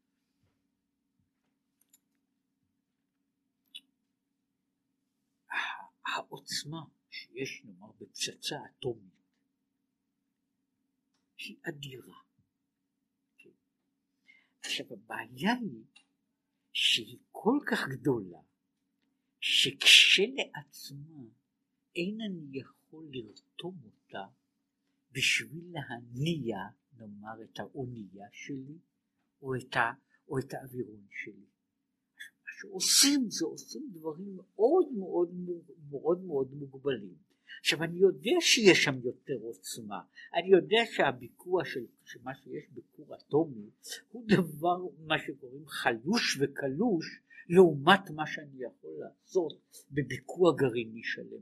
העוצמה שיש נאמר בפצצה אטומית היא אדירה. עכשיו הבעיה היא שהיא כל כך גדולה שכשלעצמה אין אני יכול לרתום אותה בשביל להניע, נאמר, את האונייה שלי, או את האווירון שלי. מה שעושים, זה עושים דברים מאוד מאוד מאוד מאוד מוגבלים. עכשיו אני יודע שיש שם יותר עוצמה, אני יודע שהביקוע שמה שיש ביקור אטומי הוא דבר מה שקוראים חלוש וקלוש לעומת מה שאני יכול לעשות בביקוע גרעיני שלם.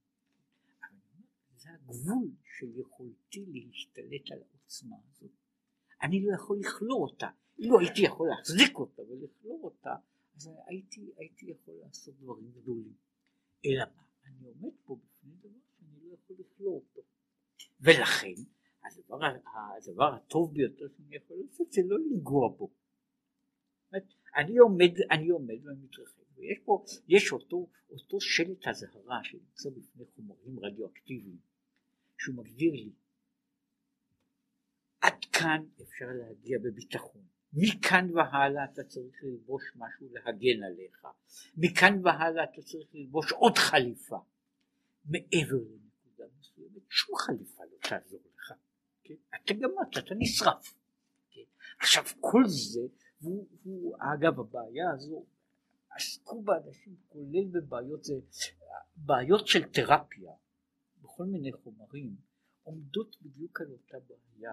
זה הגבול של יכולתי להשתלט על העוצמה הזאת. אני לא יכול לכלוא אותה, לא הייתי יכול להחזיק אותה ולכלוא אותה, אז הייתי יכול לעשות דברים גדולים. אלא מה? אני עומד פה בפני דבר שאני לא יכול לכלוא אותו. ולכן הדבר הטוב ביותר שאני יכול לעשות זה לא לנגוע בו. אני עומד ומתרחב, ויש אותו שלט הזהרה שנמצא בפני חומרים רדיואקטיביים, שהוא מגדיר לי, עד כאן אפשר להגיע בביטחון, מכאן והלאה אתה צריך ללבוש משהו להגן עליך, מכאן והלאה אתה צריך ללבוש עוד חליפה, מעבר לנקודה מסוימת, שום חליפה לא תעזור לך, כן? אתה גמרת, אתה נשרף. כן? עכשיו כל זה, הוא אגב הבעיה הזו, עסקו באנשים כולל בבעיות, זה בעיות של תרפיה, בכל מיני חומרים, עומדות בדיוק על אותה בעיה,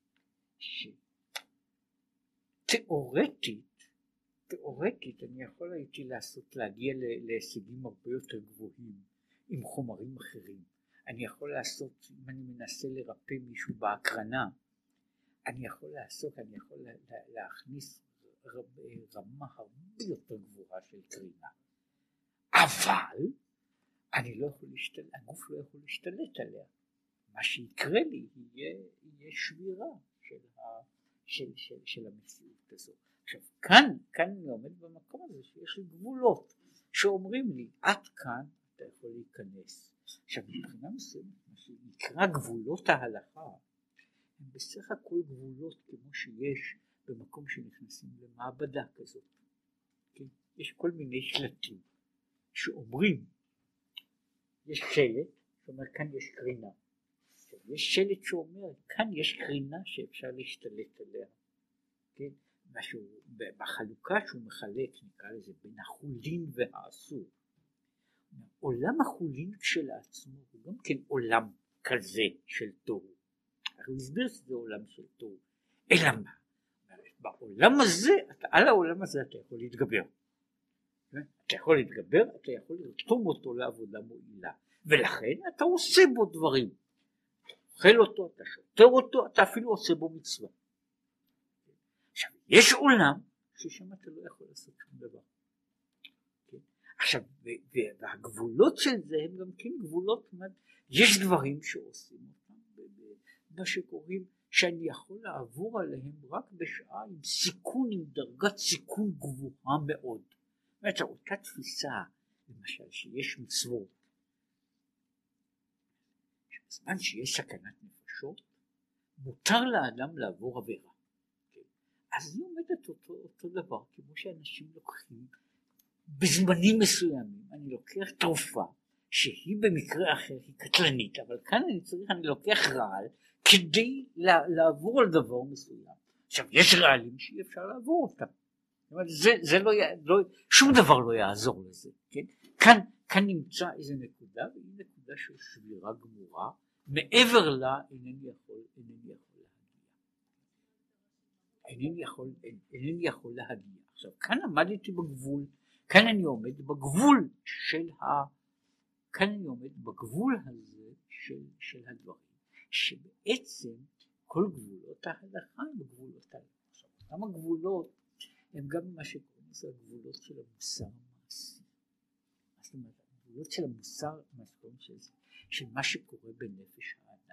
שתיאורטית אני יכול הייתי להגיע להישגים הרבה יותר גבוהים עם חומרים אחרים. אני יכול לעשות, אם אני מנסה לרפא מישהו בהקרנה, אני יכול להכניס רמה הרבה יותר גבוהה של קרינה. אבל אני לא יכול הגוף לא יכול להשתלט עליה. מה שיקרה לי יהיה שבירה של המציאות הזו. עכשיו כאן אני עומד במקום הזה שיש לי גבולות שאומרים לי עד כאן אתה יכול להיכנס. עכשיו מבחינה מסוימת מה שנקרא גבולות ההלכה הם בסך הכל גבולות כמו שיש במקום שנכנסים למעבדה כזאת. כן? יש כל מיני שלטים שאומרים, יש שלט שאומר כאן יש קרינה, יש שלט שאומר כאן יש קרינה שאפשר להשתלט עליה. כן? משהו בחלוקה שהוא מחלק נקרא לזה בין החולין והאסור. עולם החולין כשלעצמו הוא גם כן עולם כזה של תוהו. הוא הסביר שזה עולם של תוהו. אלא מה? בעולם הזה, על העולם הזה אתה יכול להתגבר. אתה יכול להתגבר, אתה יכול לרתום אותו לעבודה מועילה. ולכן אתה עושה בו דברים. אתה אוכל אותו, אתה שוטר אותו, אתה אפילו עושה בו מצווה. עכשיו, יש עולם ששם אתה לא יכול לעשות שום דבר. עכשיו, והגבולות של זה הם גם כן גבולות, יש דברים שעושים אותם, מה שקוראים שאני יכול לעבור עליהם רק בשעה עם סיכון, עם דרגת סיכון גבוהה מאוד. זאת אומרת, אותה תפיסה, למשל, שיש מצוות, שבזמן שיש סכנת נפשות, מותר לאדם לעבור עבירה. אז היא עומדת אותו דבר, כמו שאנשים לוקחים, בזמנים מסוימים, אני לוקח תרופה, שהיא במקרה אחר היא קטלנית, אבל כאן אני לוקח רעל, כדי לעבור על דבר מסוים. עכשיו, יש רעלים שאי אפשר לעבור אותם. זה שום דבר לא יעזור לזה. כן? כאן נמצא איזו נקודה, והיא נקודה של שבירה גמורה, מעבר לה אינני יכול להגיע. עכשיו, כאן עמדתי בגבול, כאן אני עומד בגבול הזה של הדברים, שבעצם כל גבולות ההלכה הם גבולות ההלכה. עכשיו, אותם הגבולות הם גם מה שקוראים לזה הגבולות של המוסר המעשי. זאת אומרת, הגבולות של המוסר, של מה שקורה בנפש האדם.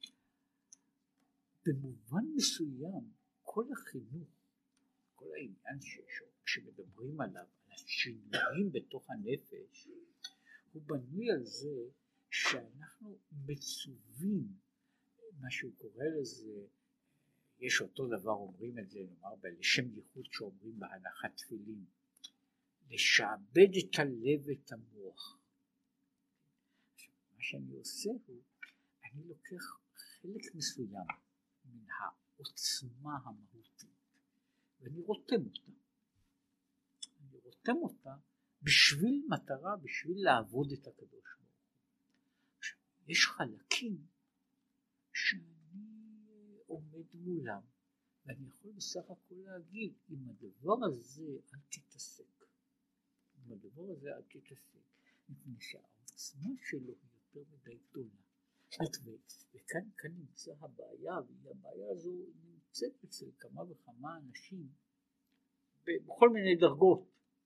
במובן מסוים, כל החינוך, כל העניין שמדברים עליו, על השינויים בתוך הנפש, הוא בנוי על זה שאנחנו מצווים, מה שהוא קורא לזה, יש אותו דבר אומרים את זה, נאמר לשם ייחוד שאומרים בהנחת תפילין, לשעבד את הלב ואת המוח. עכשיו, מה שאני עושה הוא, אני לוקח חלק מסוים מן העוצמה המהותית, ואני רותם אותה בשביל מטרה, בשביל לעבוד את הקדוש ברוך הוא. יש חלקים שאני עומד מולם, ואני יכול בסך הכל להגיד, עם הדבר הזה אל תתעסק, מפני שהעוצמה שלו היא יותר מדי גדולה. וכאן נמצא הבעיה, והבעיה הזו נמצאת אצל כמה וכמה אנשים בכל מיני דרגות,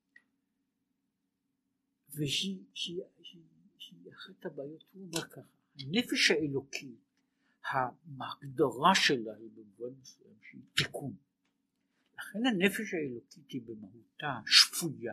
והיא אחת הבעיות. הוא אומר ככה, הנפש האלוקית, ההגדרה שלה היא במובן מסוים שהיא תיקון. לכן הנפש האלוקית היא במהותה שפויה.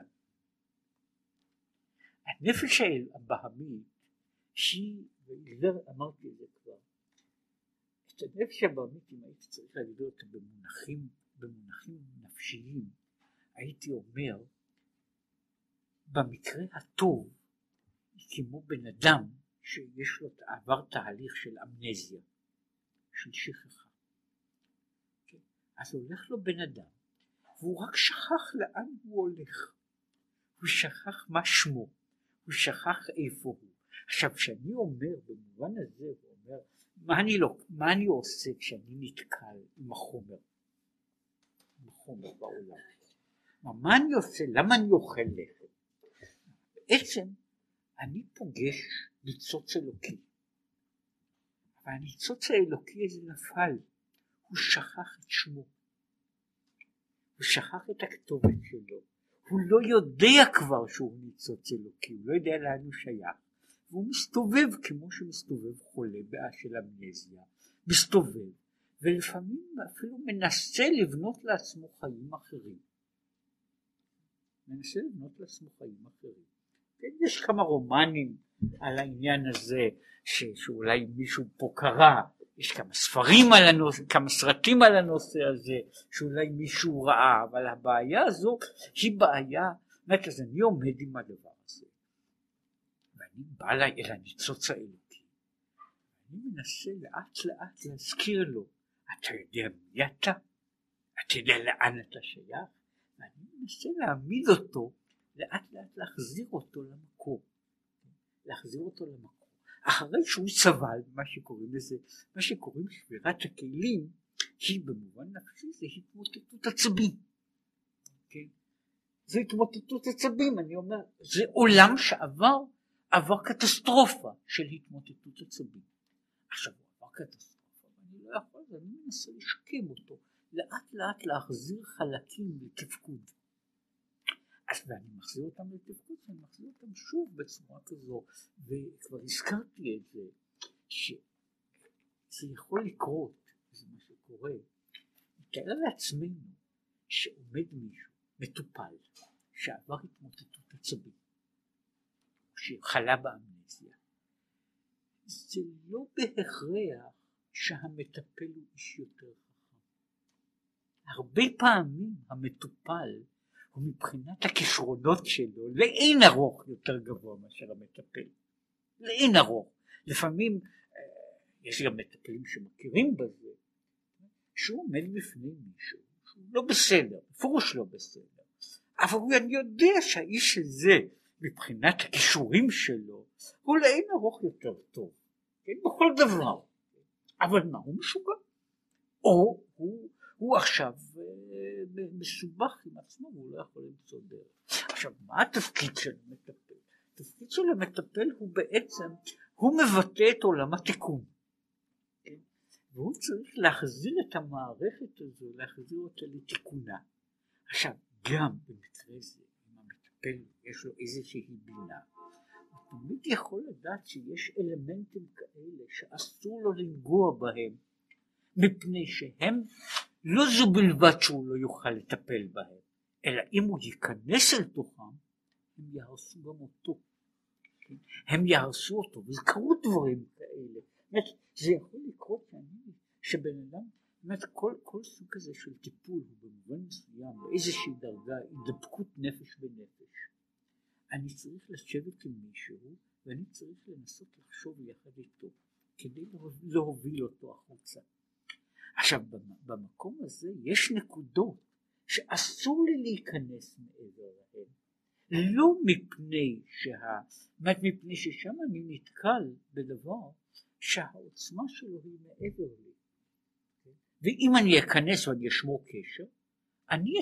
הנפש הבהמית שהיא, אמרתי את זה כבר, את הנפש הבהמית, אם הייתי צריך להגדיר אותה במונחים נפשיים, הייתי אומר, במקרה הטוב היא כמו בן אדם שיש לו עבר תהליך של אמנזיה, של שכחה. אז הולך לו בן אדם והוא רק שכח לאן הוא הולך, הוא שכח מה שמו, הוא שכח איפה הוא. עכשיו כשאני אומר במובן הזה, הוא אומר מה אני עושה כשאני נתקל עם החומר בעולם, מה אני עושה, למה אני אוכל לחם? בעצם אני פוגש ניצוץ אלוקי, אבל הניצוץ האלוקי הזה נפל, הוא שכח את שמו, הוא שכח את הכתובת שלו, הוא לא יודע כבר שהוא ניצוץ אלוקי, הוא לא יודע לאן הוא שייך, והוא מסתובב כמו שמסתובב חולה של אמנזיה, מסתובב, ולפעמים אפילו מנסה לבנות לעצמו חיים אחרים. יש כמה רומנים על העניין הזה שאולי מישהו פה קרא, יש כמה סרטים על הנושא הזה שאולי מישהו ראה, אבל הבעיה הזו היא בעיה, אז אני עומד עם הדבר הזה ואני בא אל הניצוץ האלוקי, אני מנסה לאט לאט להזכיר לו, אתה יודע מי אתה יודע לאן אתה שייך, ואני מנסה להעמיד אותו לאט לאט, להחזיר אותו למקום, אחרי שהוא סבל מה שקוראים שבירת הכלים, היא במובן נפשי זה התמוטטות עצבים, זה התמוטטות עצבים. אני אומר, זה עולם שעבר קטסטרופה של התמוטטות עצבים. עכשיו הוא עבר קטסטרופה ואני לא יכול, אני מנסה לשקם אותו, לאט לאט להחזיר חלקים לתפקוד. אז ואני מחזיר אותם לתפקוד, אני מחזיר אותם שוב בצורה כזו, וכבר הזכרתי את זה, שזה יכול לקרות, זה מה שקורה. נתאר לעצמנו שעומד מישהו, מטופל, שעבר התמוטטות עצבים, שחלה באמנזיה. זה לא בהכרח שהמטפל הוא איש יותר חכם. הרבה פעמים המטופל הוא מבחינת הכישרונות שלו לאין ארוך יותר גבוה מאשר המטפל, לאין ארוך. לפעמים יש גם מטפלים שמכירים בזה, שהוא עומד בפני מישהו שהוא לא בסדר, בפירוש לא בסדר, אבל אני יודע שהאיש הזה מבחינת הכישורים שלו הוא לאין ארוך יותר טוב, כן? בכל דבר. אבל מה, הוא משוגע, או הוא עכשיו מסובך עם עצמו והוא לא יכול למצוא דרך. עכשיו מה התפקיד של המטפל? התפקיד של המטפל הוא בעצם, הוא מבטא את עולם התיקון, כן? והוא צריך להחזיר את המערכת הזו, להחזיר אותה לתיקונה. עכשיו גם במקרה זה, אם המטפל יש לו איזושהי בינה, הוא תמיד יכול לדעת שיש אלמנטים כאלה שאסור לו לנגוע בהם, מפני שהם לא זו בלבד שהוא לא יוכל לטפל בהם, אלא אם הוא ייכנס אל תוכם, הם יהרסו גם אותו. הם יהרסו אותו, וזה קרו דברים כאלה. זה יכול לקרות שבן אדם, כל סוג כזה של טיפול הוא במובן מסוים, באיזושהי דרגה, הידבקות נפש בנפש. אני צריך לשבת עם מישהו, ואני צריך לנסות לחשוב יחד איתו, כדי להוביל אותו החוצה. עכשיו במקום הזה יש נקודות שאסור לי להיכנס מעבר להן, לא מפני ששם אני נתקל בדבר שהעוצמה שלו היא מעבר לי, ואם אני אכנס ואני אשמור קשר אני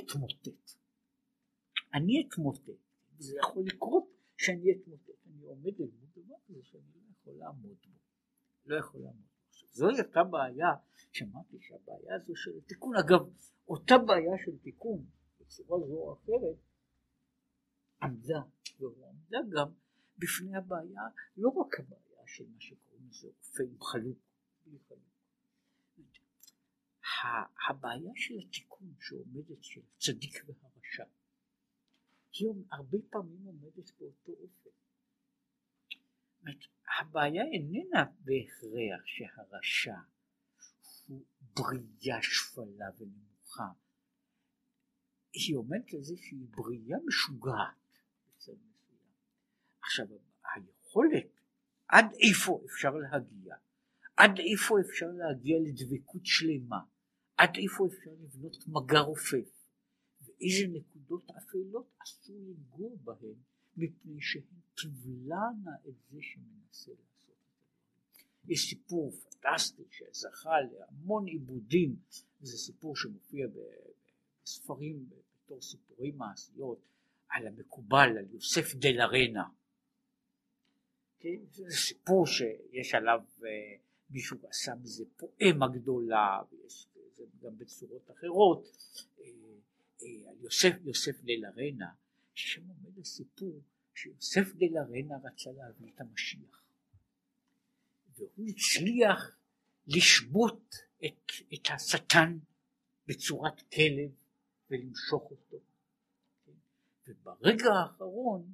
אתמוטט, זה יכול לקרות שאני אתמוטט, אני עומד אל מול דבר כזה שאני לא יכול לעמוד בו. זוהי אותה בעיה, שמעתי שהבעיה הזו של התיקון, אגב אותה בעיה של תיקון בצורה זו או אחרת עמדה גם בפני הבעיה, לא רק הבעיה של מה שקוראים לזה אופי עם חלוק. הבעיה של התיקון שעומדת של צדיק והרשע היא הרבה פעמים עומדת באותו אופן. הבעיה איננה בהכרח שהרשע הוא בריאה שפלה ונמוכה, היא עומדת לזה שהיא בריאה משוגעת בצד מסוים. עכשיו היכולת עד איפה אפשר להגיע, עד איפה אפשר להגיע לדבקות שלמה, עד איפה אפשר לבנות מגע רופף, ואיזה נקודות אפלות אסור לנגוע בהן מפני שהן תבלענה את זה שמנסה לעשות את הדברים. יש סיפור פנטסטי שזכה להמון עיבודים, זה סיפור שמופיע בספרים בתור סיפורי מעשיות על המקובל, על יוסף דלרנה. זה סיפור שיש עליו מישהו עשה מזה פואמה גדולה, ויש זה גם בצורות אחרות, על יוסף דלרנה, ששם עומד הסיפור שיוסף דלרנה רצה להביא את המשיח, והוא הצליח לשבות את השטן בצורת כלב ולמשוך אותו, וברגע האחרון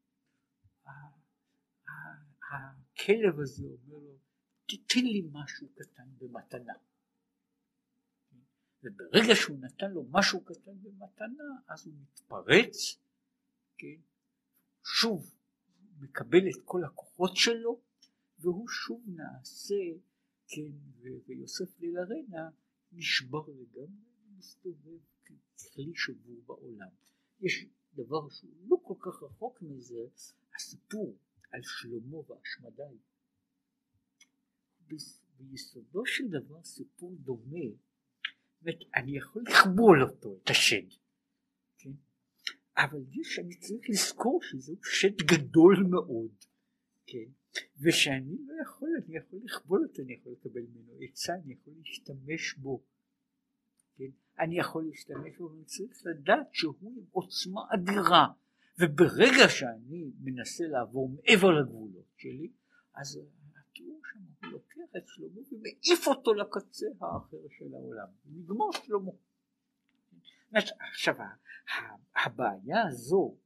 הכלב הזה אומר לו, תיתן לי משהו קטן במתנה. וברגע שהוא נתן לו משהו קטן במתנה, אז הוא מתפרץ, כן? שוב מקבל את כל הכוחות שלו, והוא שוב נעשה, כן? ויוסף דלרנה נשבר לגמרי, ומסתובב ככלי שבור בעולם. יש דבר שהוא לא כל כך רחוק מזה, הסיפור על שלמה והשמדי. ביסודו של דבר סיפור דומה, אני יכול לכבול אותו, את השד, כן? אבל אני צריך לזכור שזהו שד גדול מאוד, כן? ושאני לא יכול, אני יכול לכבול אותו, אני יכול לקבל ממנו עצה, אני יכול להשתמש בו, כן? אני יכול להשתמש בו, ואני צריך לדעת שהוא עם עוצמה אדירה, וברגע שאני מנסה לעבור מעבר לגבולות שלי, אז התיאור שם הוא לוקח את שלמה ומעיף אותו לקצה האחר של העולם, נגמר שלמה. עכשיו הבעיה הזו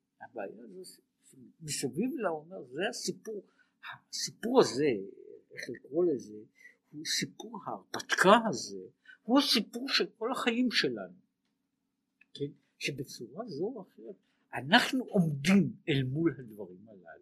מסביב לה אומר, זה הסיפור הזה, איך לקרוא לזה, הוא סיפור ההרפתקה הזה, הוא סיפור של כל החיים שלנו, כן? שבצורה זו או אחרת אנחנו עומדים אל מול הדברים הללו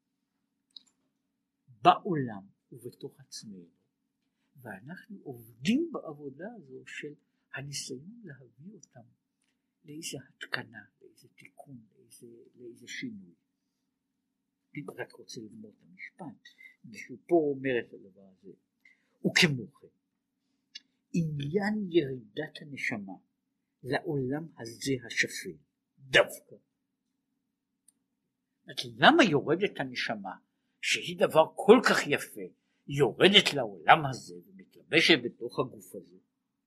בעולם ובתוך עצמנו, ואנחנו עובדים בעבודה הזו של הניסיון להביא אותם לאיזו התקנה, לאיזה תיקון, לאיזה שינוי. אני רק רוצה לגמור את המשפט, שהוא פה אומר את הדבר הזה, וכמו כן, עניין ירידת הנשמה לעולם הזה השפל, דווקא. למה יורדת הנשמה, שהיא דבר כל כך יפה, יורדת לעולם הזה ומתלבשת בתוך הגוף הזה?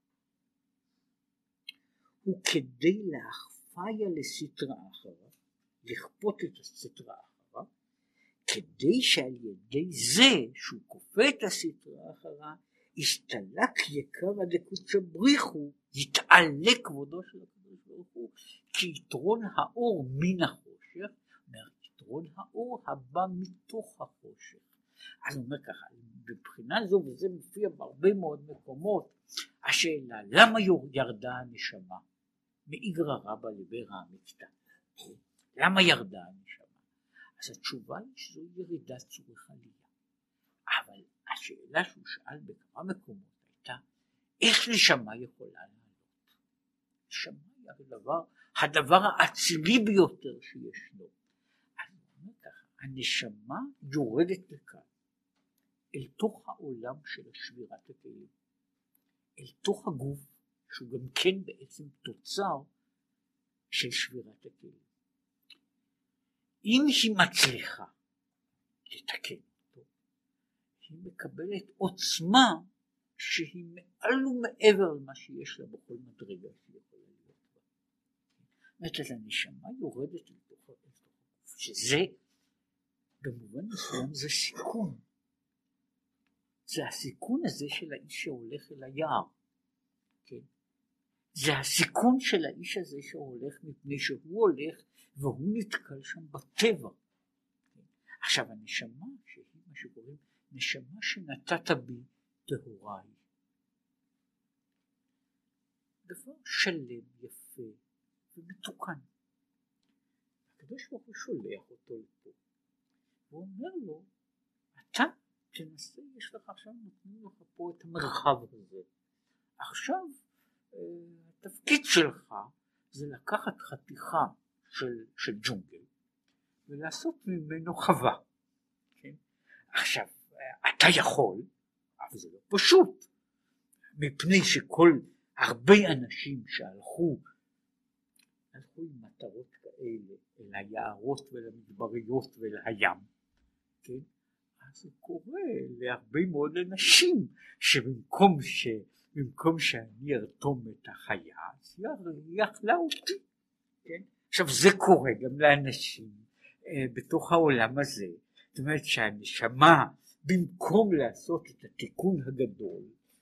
הוא כדי להכפיה לסטרה אחרה, לכפות את הסטרה אחרה, כדי שעל ידי זה שהוא כופה את הסטרה אחרה, יסתלק יקר הדקות שבריחו, יתעלה כבודו של הקדוש ברוך הוא, כי יתרון האור מן החושך, יתרון האור הבא מתוך החושך. אז הוא אומר ככה, בבחינה זו, וזה מופיע בהרבה מאוד מקומות, השאלה, למה ירדה הנשמה? מאיגרא רבא לבירא עמיקתא. למה ירדה הנשמה? אז התשובה היא שזו ירידת צורך עלייה. אבל השאלה שהוא שאל בכמה מקומות הייתה, איך נשמה יכולה לעלות? נשמה היא הדבר האצילי ביותר שישנו. אז הוא אומר ככה, הנשמה יורדת לכאן, אל תוך העולם של שבירת הכלים, אל תוך הגוף, שהוא גם כן בעצם תוצר של שבירת הכלים. אם היא מצליחה לתקן אותו, היא מקבלת עוצמה שהיא מעל ומעבר למה שיש לה בכל מדרגה שהיא יכולה להיות בה. זאת אומרת, אז הנשמה יורדת לתוך הגוף, שזה במובן מסוים זה סיכון. זה הסיכון הזה של האיש שהולך אל היער. כן? זה הסיכון של האיש הזה שהולך מפני שהוא הולך והוא נתקל שם בטבע. כן? עכשיו הנשמה שהיא מה שקוראים נשמה שנתת בי טהוריי. דבר שלם יפה ומתוקן. הקדוש ברוך הוא שולח אותו לפה. הוא אומר לו, אתה תנסה, יש לך עכשיו, נותנים לך פה את המרחב הזה. עכשיו, התפקיד שלך זה לקחת חתיכה של ג'ונגל ולעשות ממנו חווה. כן? עכשיו, אתה יכול, אבל זה לא פשוט, מפני הרבה אנשים שהלכו עם מטרות כאלה אל היערות ולמדבריות ואל הים, כן? אז זה קורה להרבה מאוד אנשים שבמקום שאני ארתום את החיה, אז היא אכלה אותי. כן? עכשיו זה קורה גם לאנשים בתוך העולם הזה. זאת אומרת שהנשמה במקום לעשות את התיקון הגדול,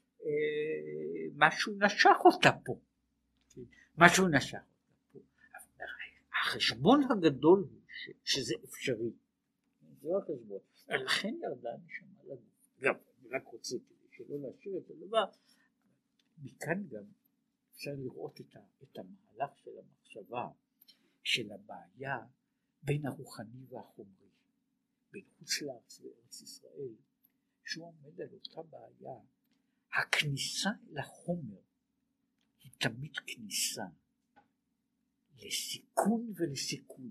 משהו נשך אותה פה. כן? משהו נשך אותה פה. אבל החשבון הגדול הוא שזה אפשרי. זה לא החשבון. לכן ירדה הנשמה לגוף. גם, אני רק רוצה שלא להשאיר את הדבר. מכאן גם אפשר לראות את המהלך של המחשבה של הבעיה בין הרוחני והחומרי, בין חוץ לארץ וארץ ישראל, שהוא עומד על אותה בעיה. הכניסה לחומר היא תמיד כניסה לסיכון ולסיכוי,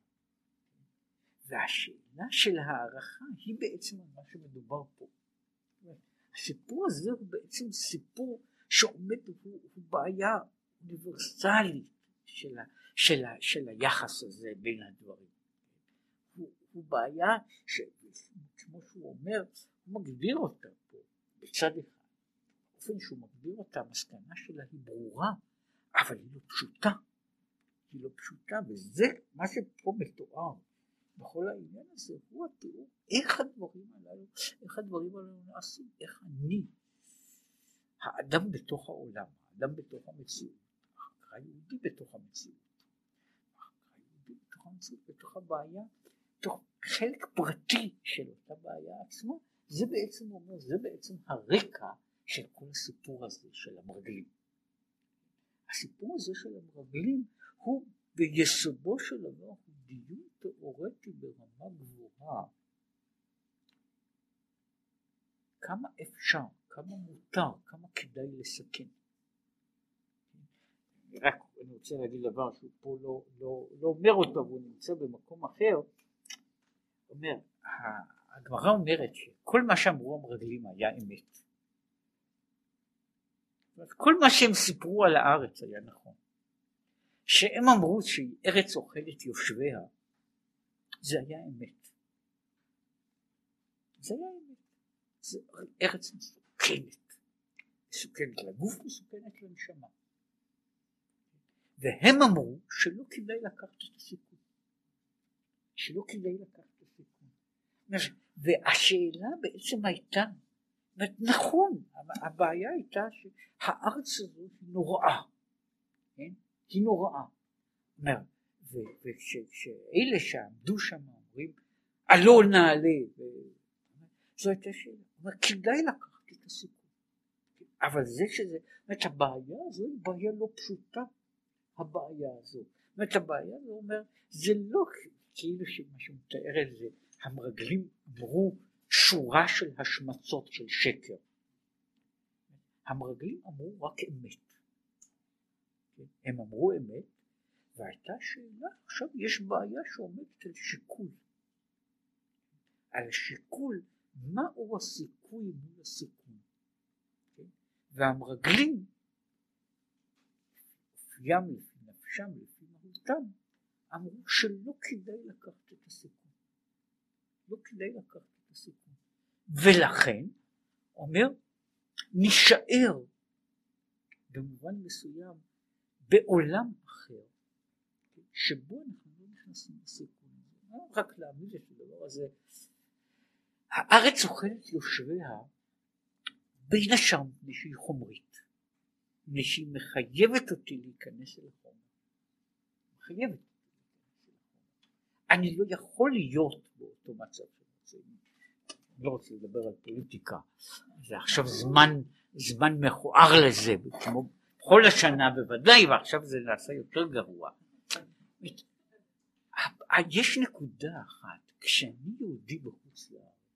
והשאלה של הערכה היא בעצם על מה שמדובר פה. הסיפור הזה הוא בעצם סיפור שעומד, הוא בעיה אוניברסלית של היחס הזה בין הדברים. הוא בעיה שכמו שהוא אומר, הוא מגדיר אותה פה בצד אחד. באופן שהוא מגדיר אותה, המסקנה שלה היא ברורה, אבל היא לא פשוטה. היא לא פשוטה, וזה מה שפה מתואר בכל העניין הזה, הוא התיאור איך הדברים הללו נעשים, איך אני, האדם בתוך העולם, האדם בתוך המציאות, היהודי בתוך המציאות, היהודי בתוך המציאות, בתוך הבעיה, בתוך חלק פרטי של אותה בעיה עצמה, זה בעצם אומר, זה בעצם הרקע של כל הסיפור הזה של המרגלים. הסיפור הזה של המרגלים הוא ביסודו של דבר, הוא דיון תיאורטי ברמה גבוהה. כמה אפשר, כמה מותר, כמה כדאי לסכן. אני רוצה להגיד דבר שהוא פה לא אומר אותו, והוא נמצא במקום אחר. אומר, הגמרא אומרת שכל מה שאמרו המרגלים היה אמת. כל מה שהם סיפרו על הארץ היה נכון. שהם אמרו שהיא ארץ אוכלת יושביה, זה היה אמת. זה היה אמת. זה ארץ מסוכנת. מסוכנת לגוף, מסוכנת לנשמה. והם אמרו שלא כדאי לקחת את הסיכון. שלא כדאי לקחת את הסיכון. והשאלה בעצם הייתה, נכון, הבעיה הייתה שהארץ הזו היא נוראה. כן? היא נוראה. וכשאלה שעמדו שם אומרים, עלו נעלה, זו הייתה שאלה. כדאי לקחת את הסיכון. אבל זה שזה, הבעיה הזו היא בעיה לא פשוטה. הבעיה הזו. הבעיה הזו אומר, זה לא כאילו שמה שמתאר את זה, המרגלים אמרו שורה של השמצות של שקר. המרגלים אמרו רק אמת, הם אמרו אמת, והייתה שאלה, עכשיו יש בעיה שעומדת על שיקול, על השיקול מהו הסיכוי מול הסיכון, והמרגלים אופיים לפי נפשם לפי מהותם אמרו שלא כדאי לקחת את הסיכון, לא כדאי לקחת את הסיכון, ולכן אומר נשאר במובן מסוים בעולם אחר שבו אנחנו לא נכנסים לסיכון, רק להעמיד את הדבר הזה. הארץ אוכלת יושביה בין השאר מפני שהיא חומרית, מפני שהיא מחייבת אותי להיכנס אל החומר, מחייבת אותי להיכנס אל החומר. אני לא יכול להיות באותו מצב אני לא רוצה לדבר על פוליטיקה, זה עכשיו זמן מכוער לזה, כמו כל השנה בוודאי, ועכשיו זה נעשה יותר גרוע. יש נקודה אחת, כשאני יהודי בחוץ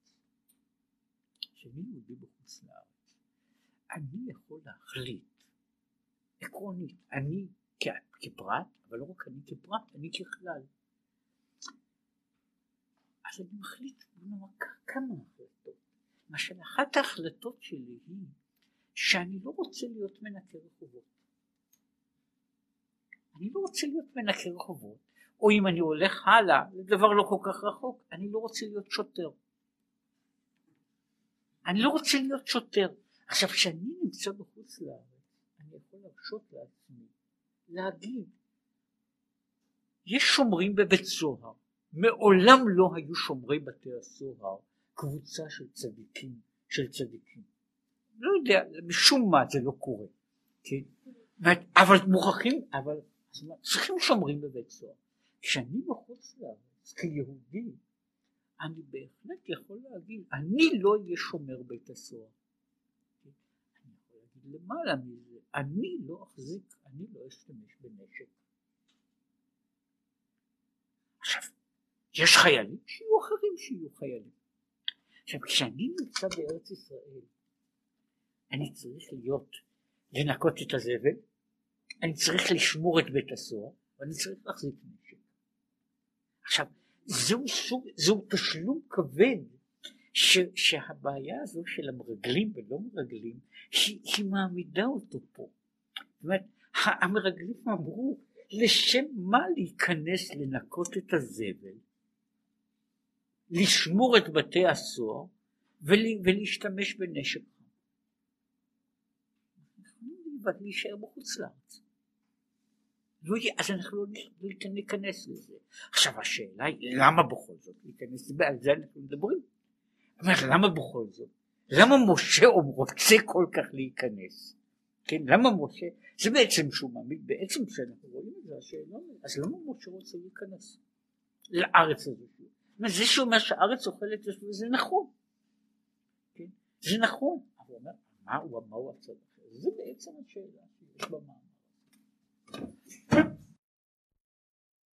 לארץ, אני יכול להחליט עקרונית, אני כפרט, אבל לא רק אני כפרט, אני ככלל. אז אני מחליט כמה החלטות. למשל, אחת ההחלטות שלי היא שאני לא רוצה להיות מנקה רחובות. אני לא רוצה להיות מנקה רחובות, או אם אני הולך הלאה, זה דבר לא כל כך רחוק, אני לא רוצה להיות שוטר. אני לא רוצה להיות שוטר. עכשיו, כשאני נמצא בחוץ לארץ, אני יכול להרשות לעצמי להגיד, יש שומרים בבית סוהר, מעולם לא היו שומרי בתי הסוהר קבוצה של צדיקים. לא יודע, משום מה זה לא קורה, כן? אבל מוכרחים, אבל צריכים שומרים בבית סוהר. כשאני בחוץ לארץ כיהודי, אני בהחלט יכול להגיד, אני לא אהיה שומר בית הסוהר. אני יכול להגיד למעלה מזה, אני לא אחזיק, אני לא אשתמש בנשק. עכשיו, יש חיילים שיהיו אחרים שיהיו חיילים. עכשיו, כשאני נמצא בארץ ישראל, אני צריך לנקות את הזבל, אני צריך לשמור את בית הסוהר, ואני צריך להחזיק נשק. עכשיו, זהו תשלום כבד, שהבעיה הזו של המרגלים ולא מרגלים, היא מעמידה אותו פה. זאת אומרת, המרגלים אמרו, לשם מה להיכנס לנקות את הזבל, לשמור את בתי הסוהר, ולהשתמש בנשק. אנחנו להישאר בחוץ לארץ. אז אנחנו לא ניכנס לזה. עכשיו השאלה היא, למה בכל זאת להיכנס לזה? על זה אנחנו מדברים. למה בכל זאת? למה משה רוצה כל כך להיכנס? כן, למה משה? זה בעצם שהוא מעמיד, בעצם שאנחנו רואים את זה, השאלה, אז למה משה רוצה להיכנס לארץ הזו? זה שהוא אומר שהארץ אוכלת, זה נכון. כן? זה נכון. אבל הוא אומר, מה הוא הצד אחר? זה בעצם השאלה שיש במאמר.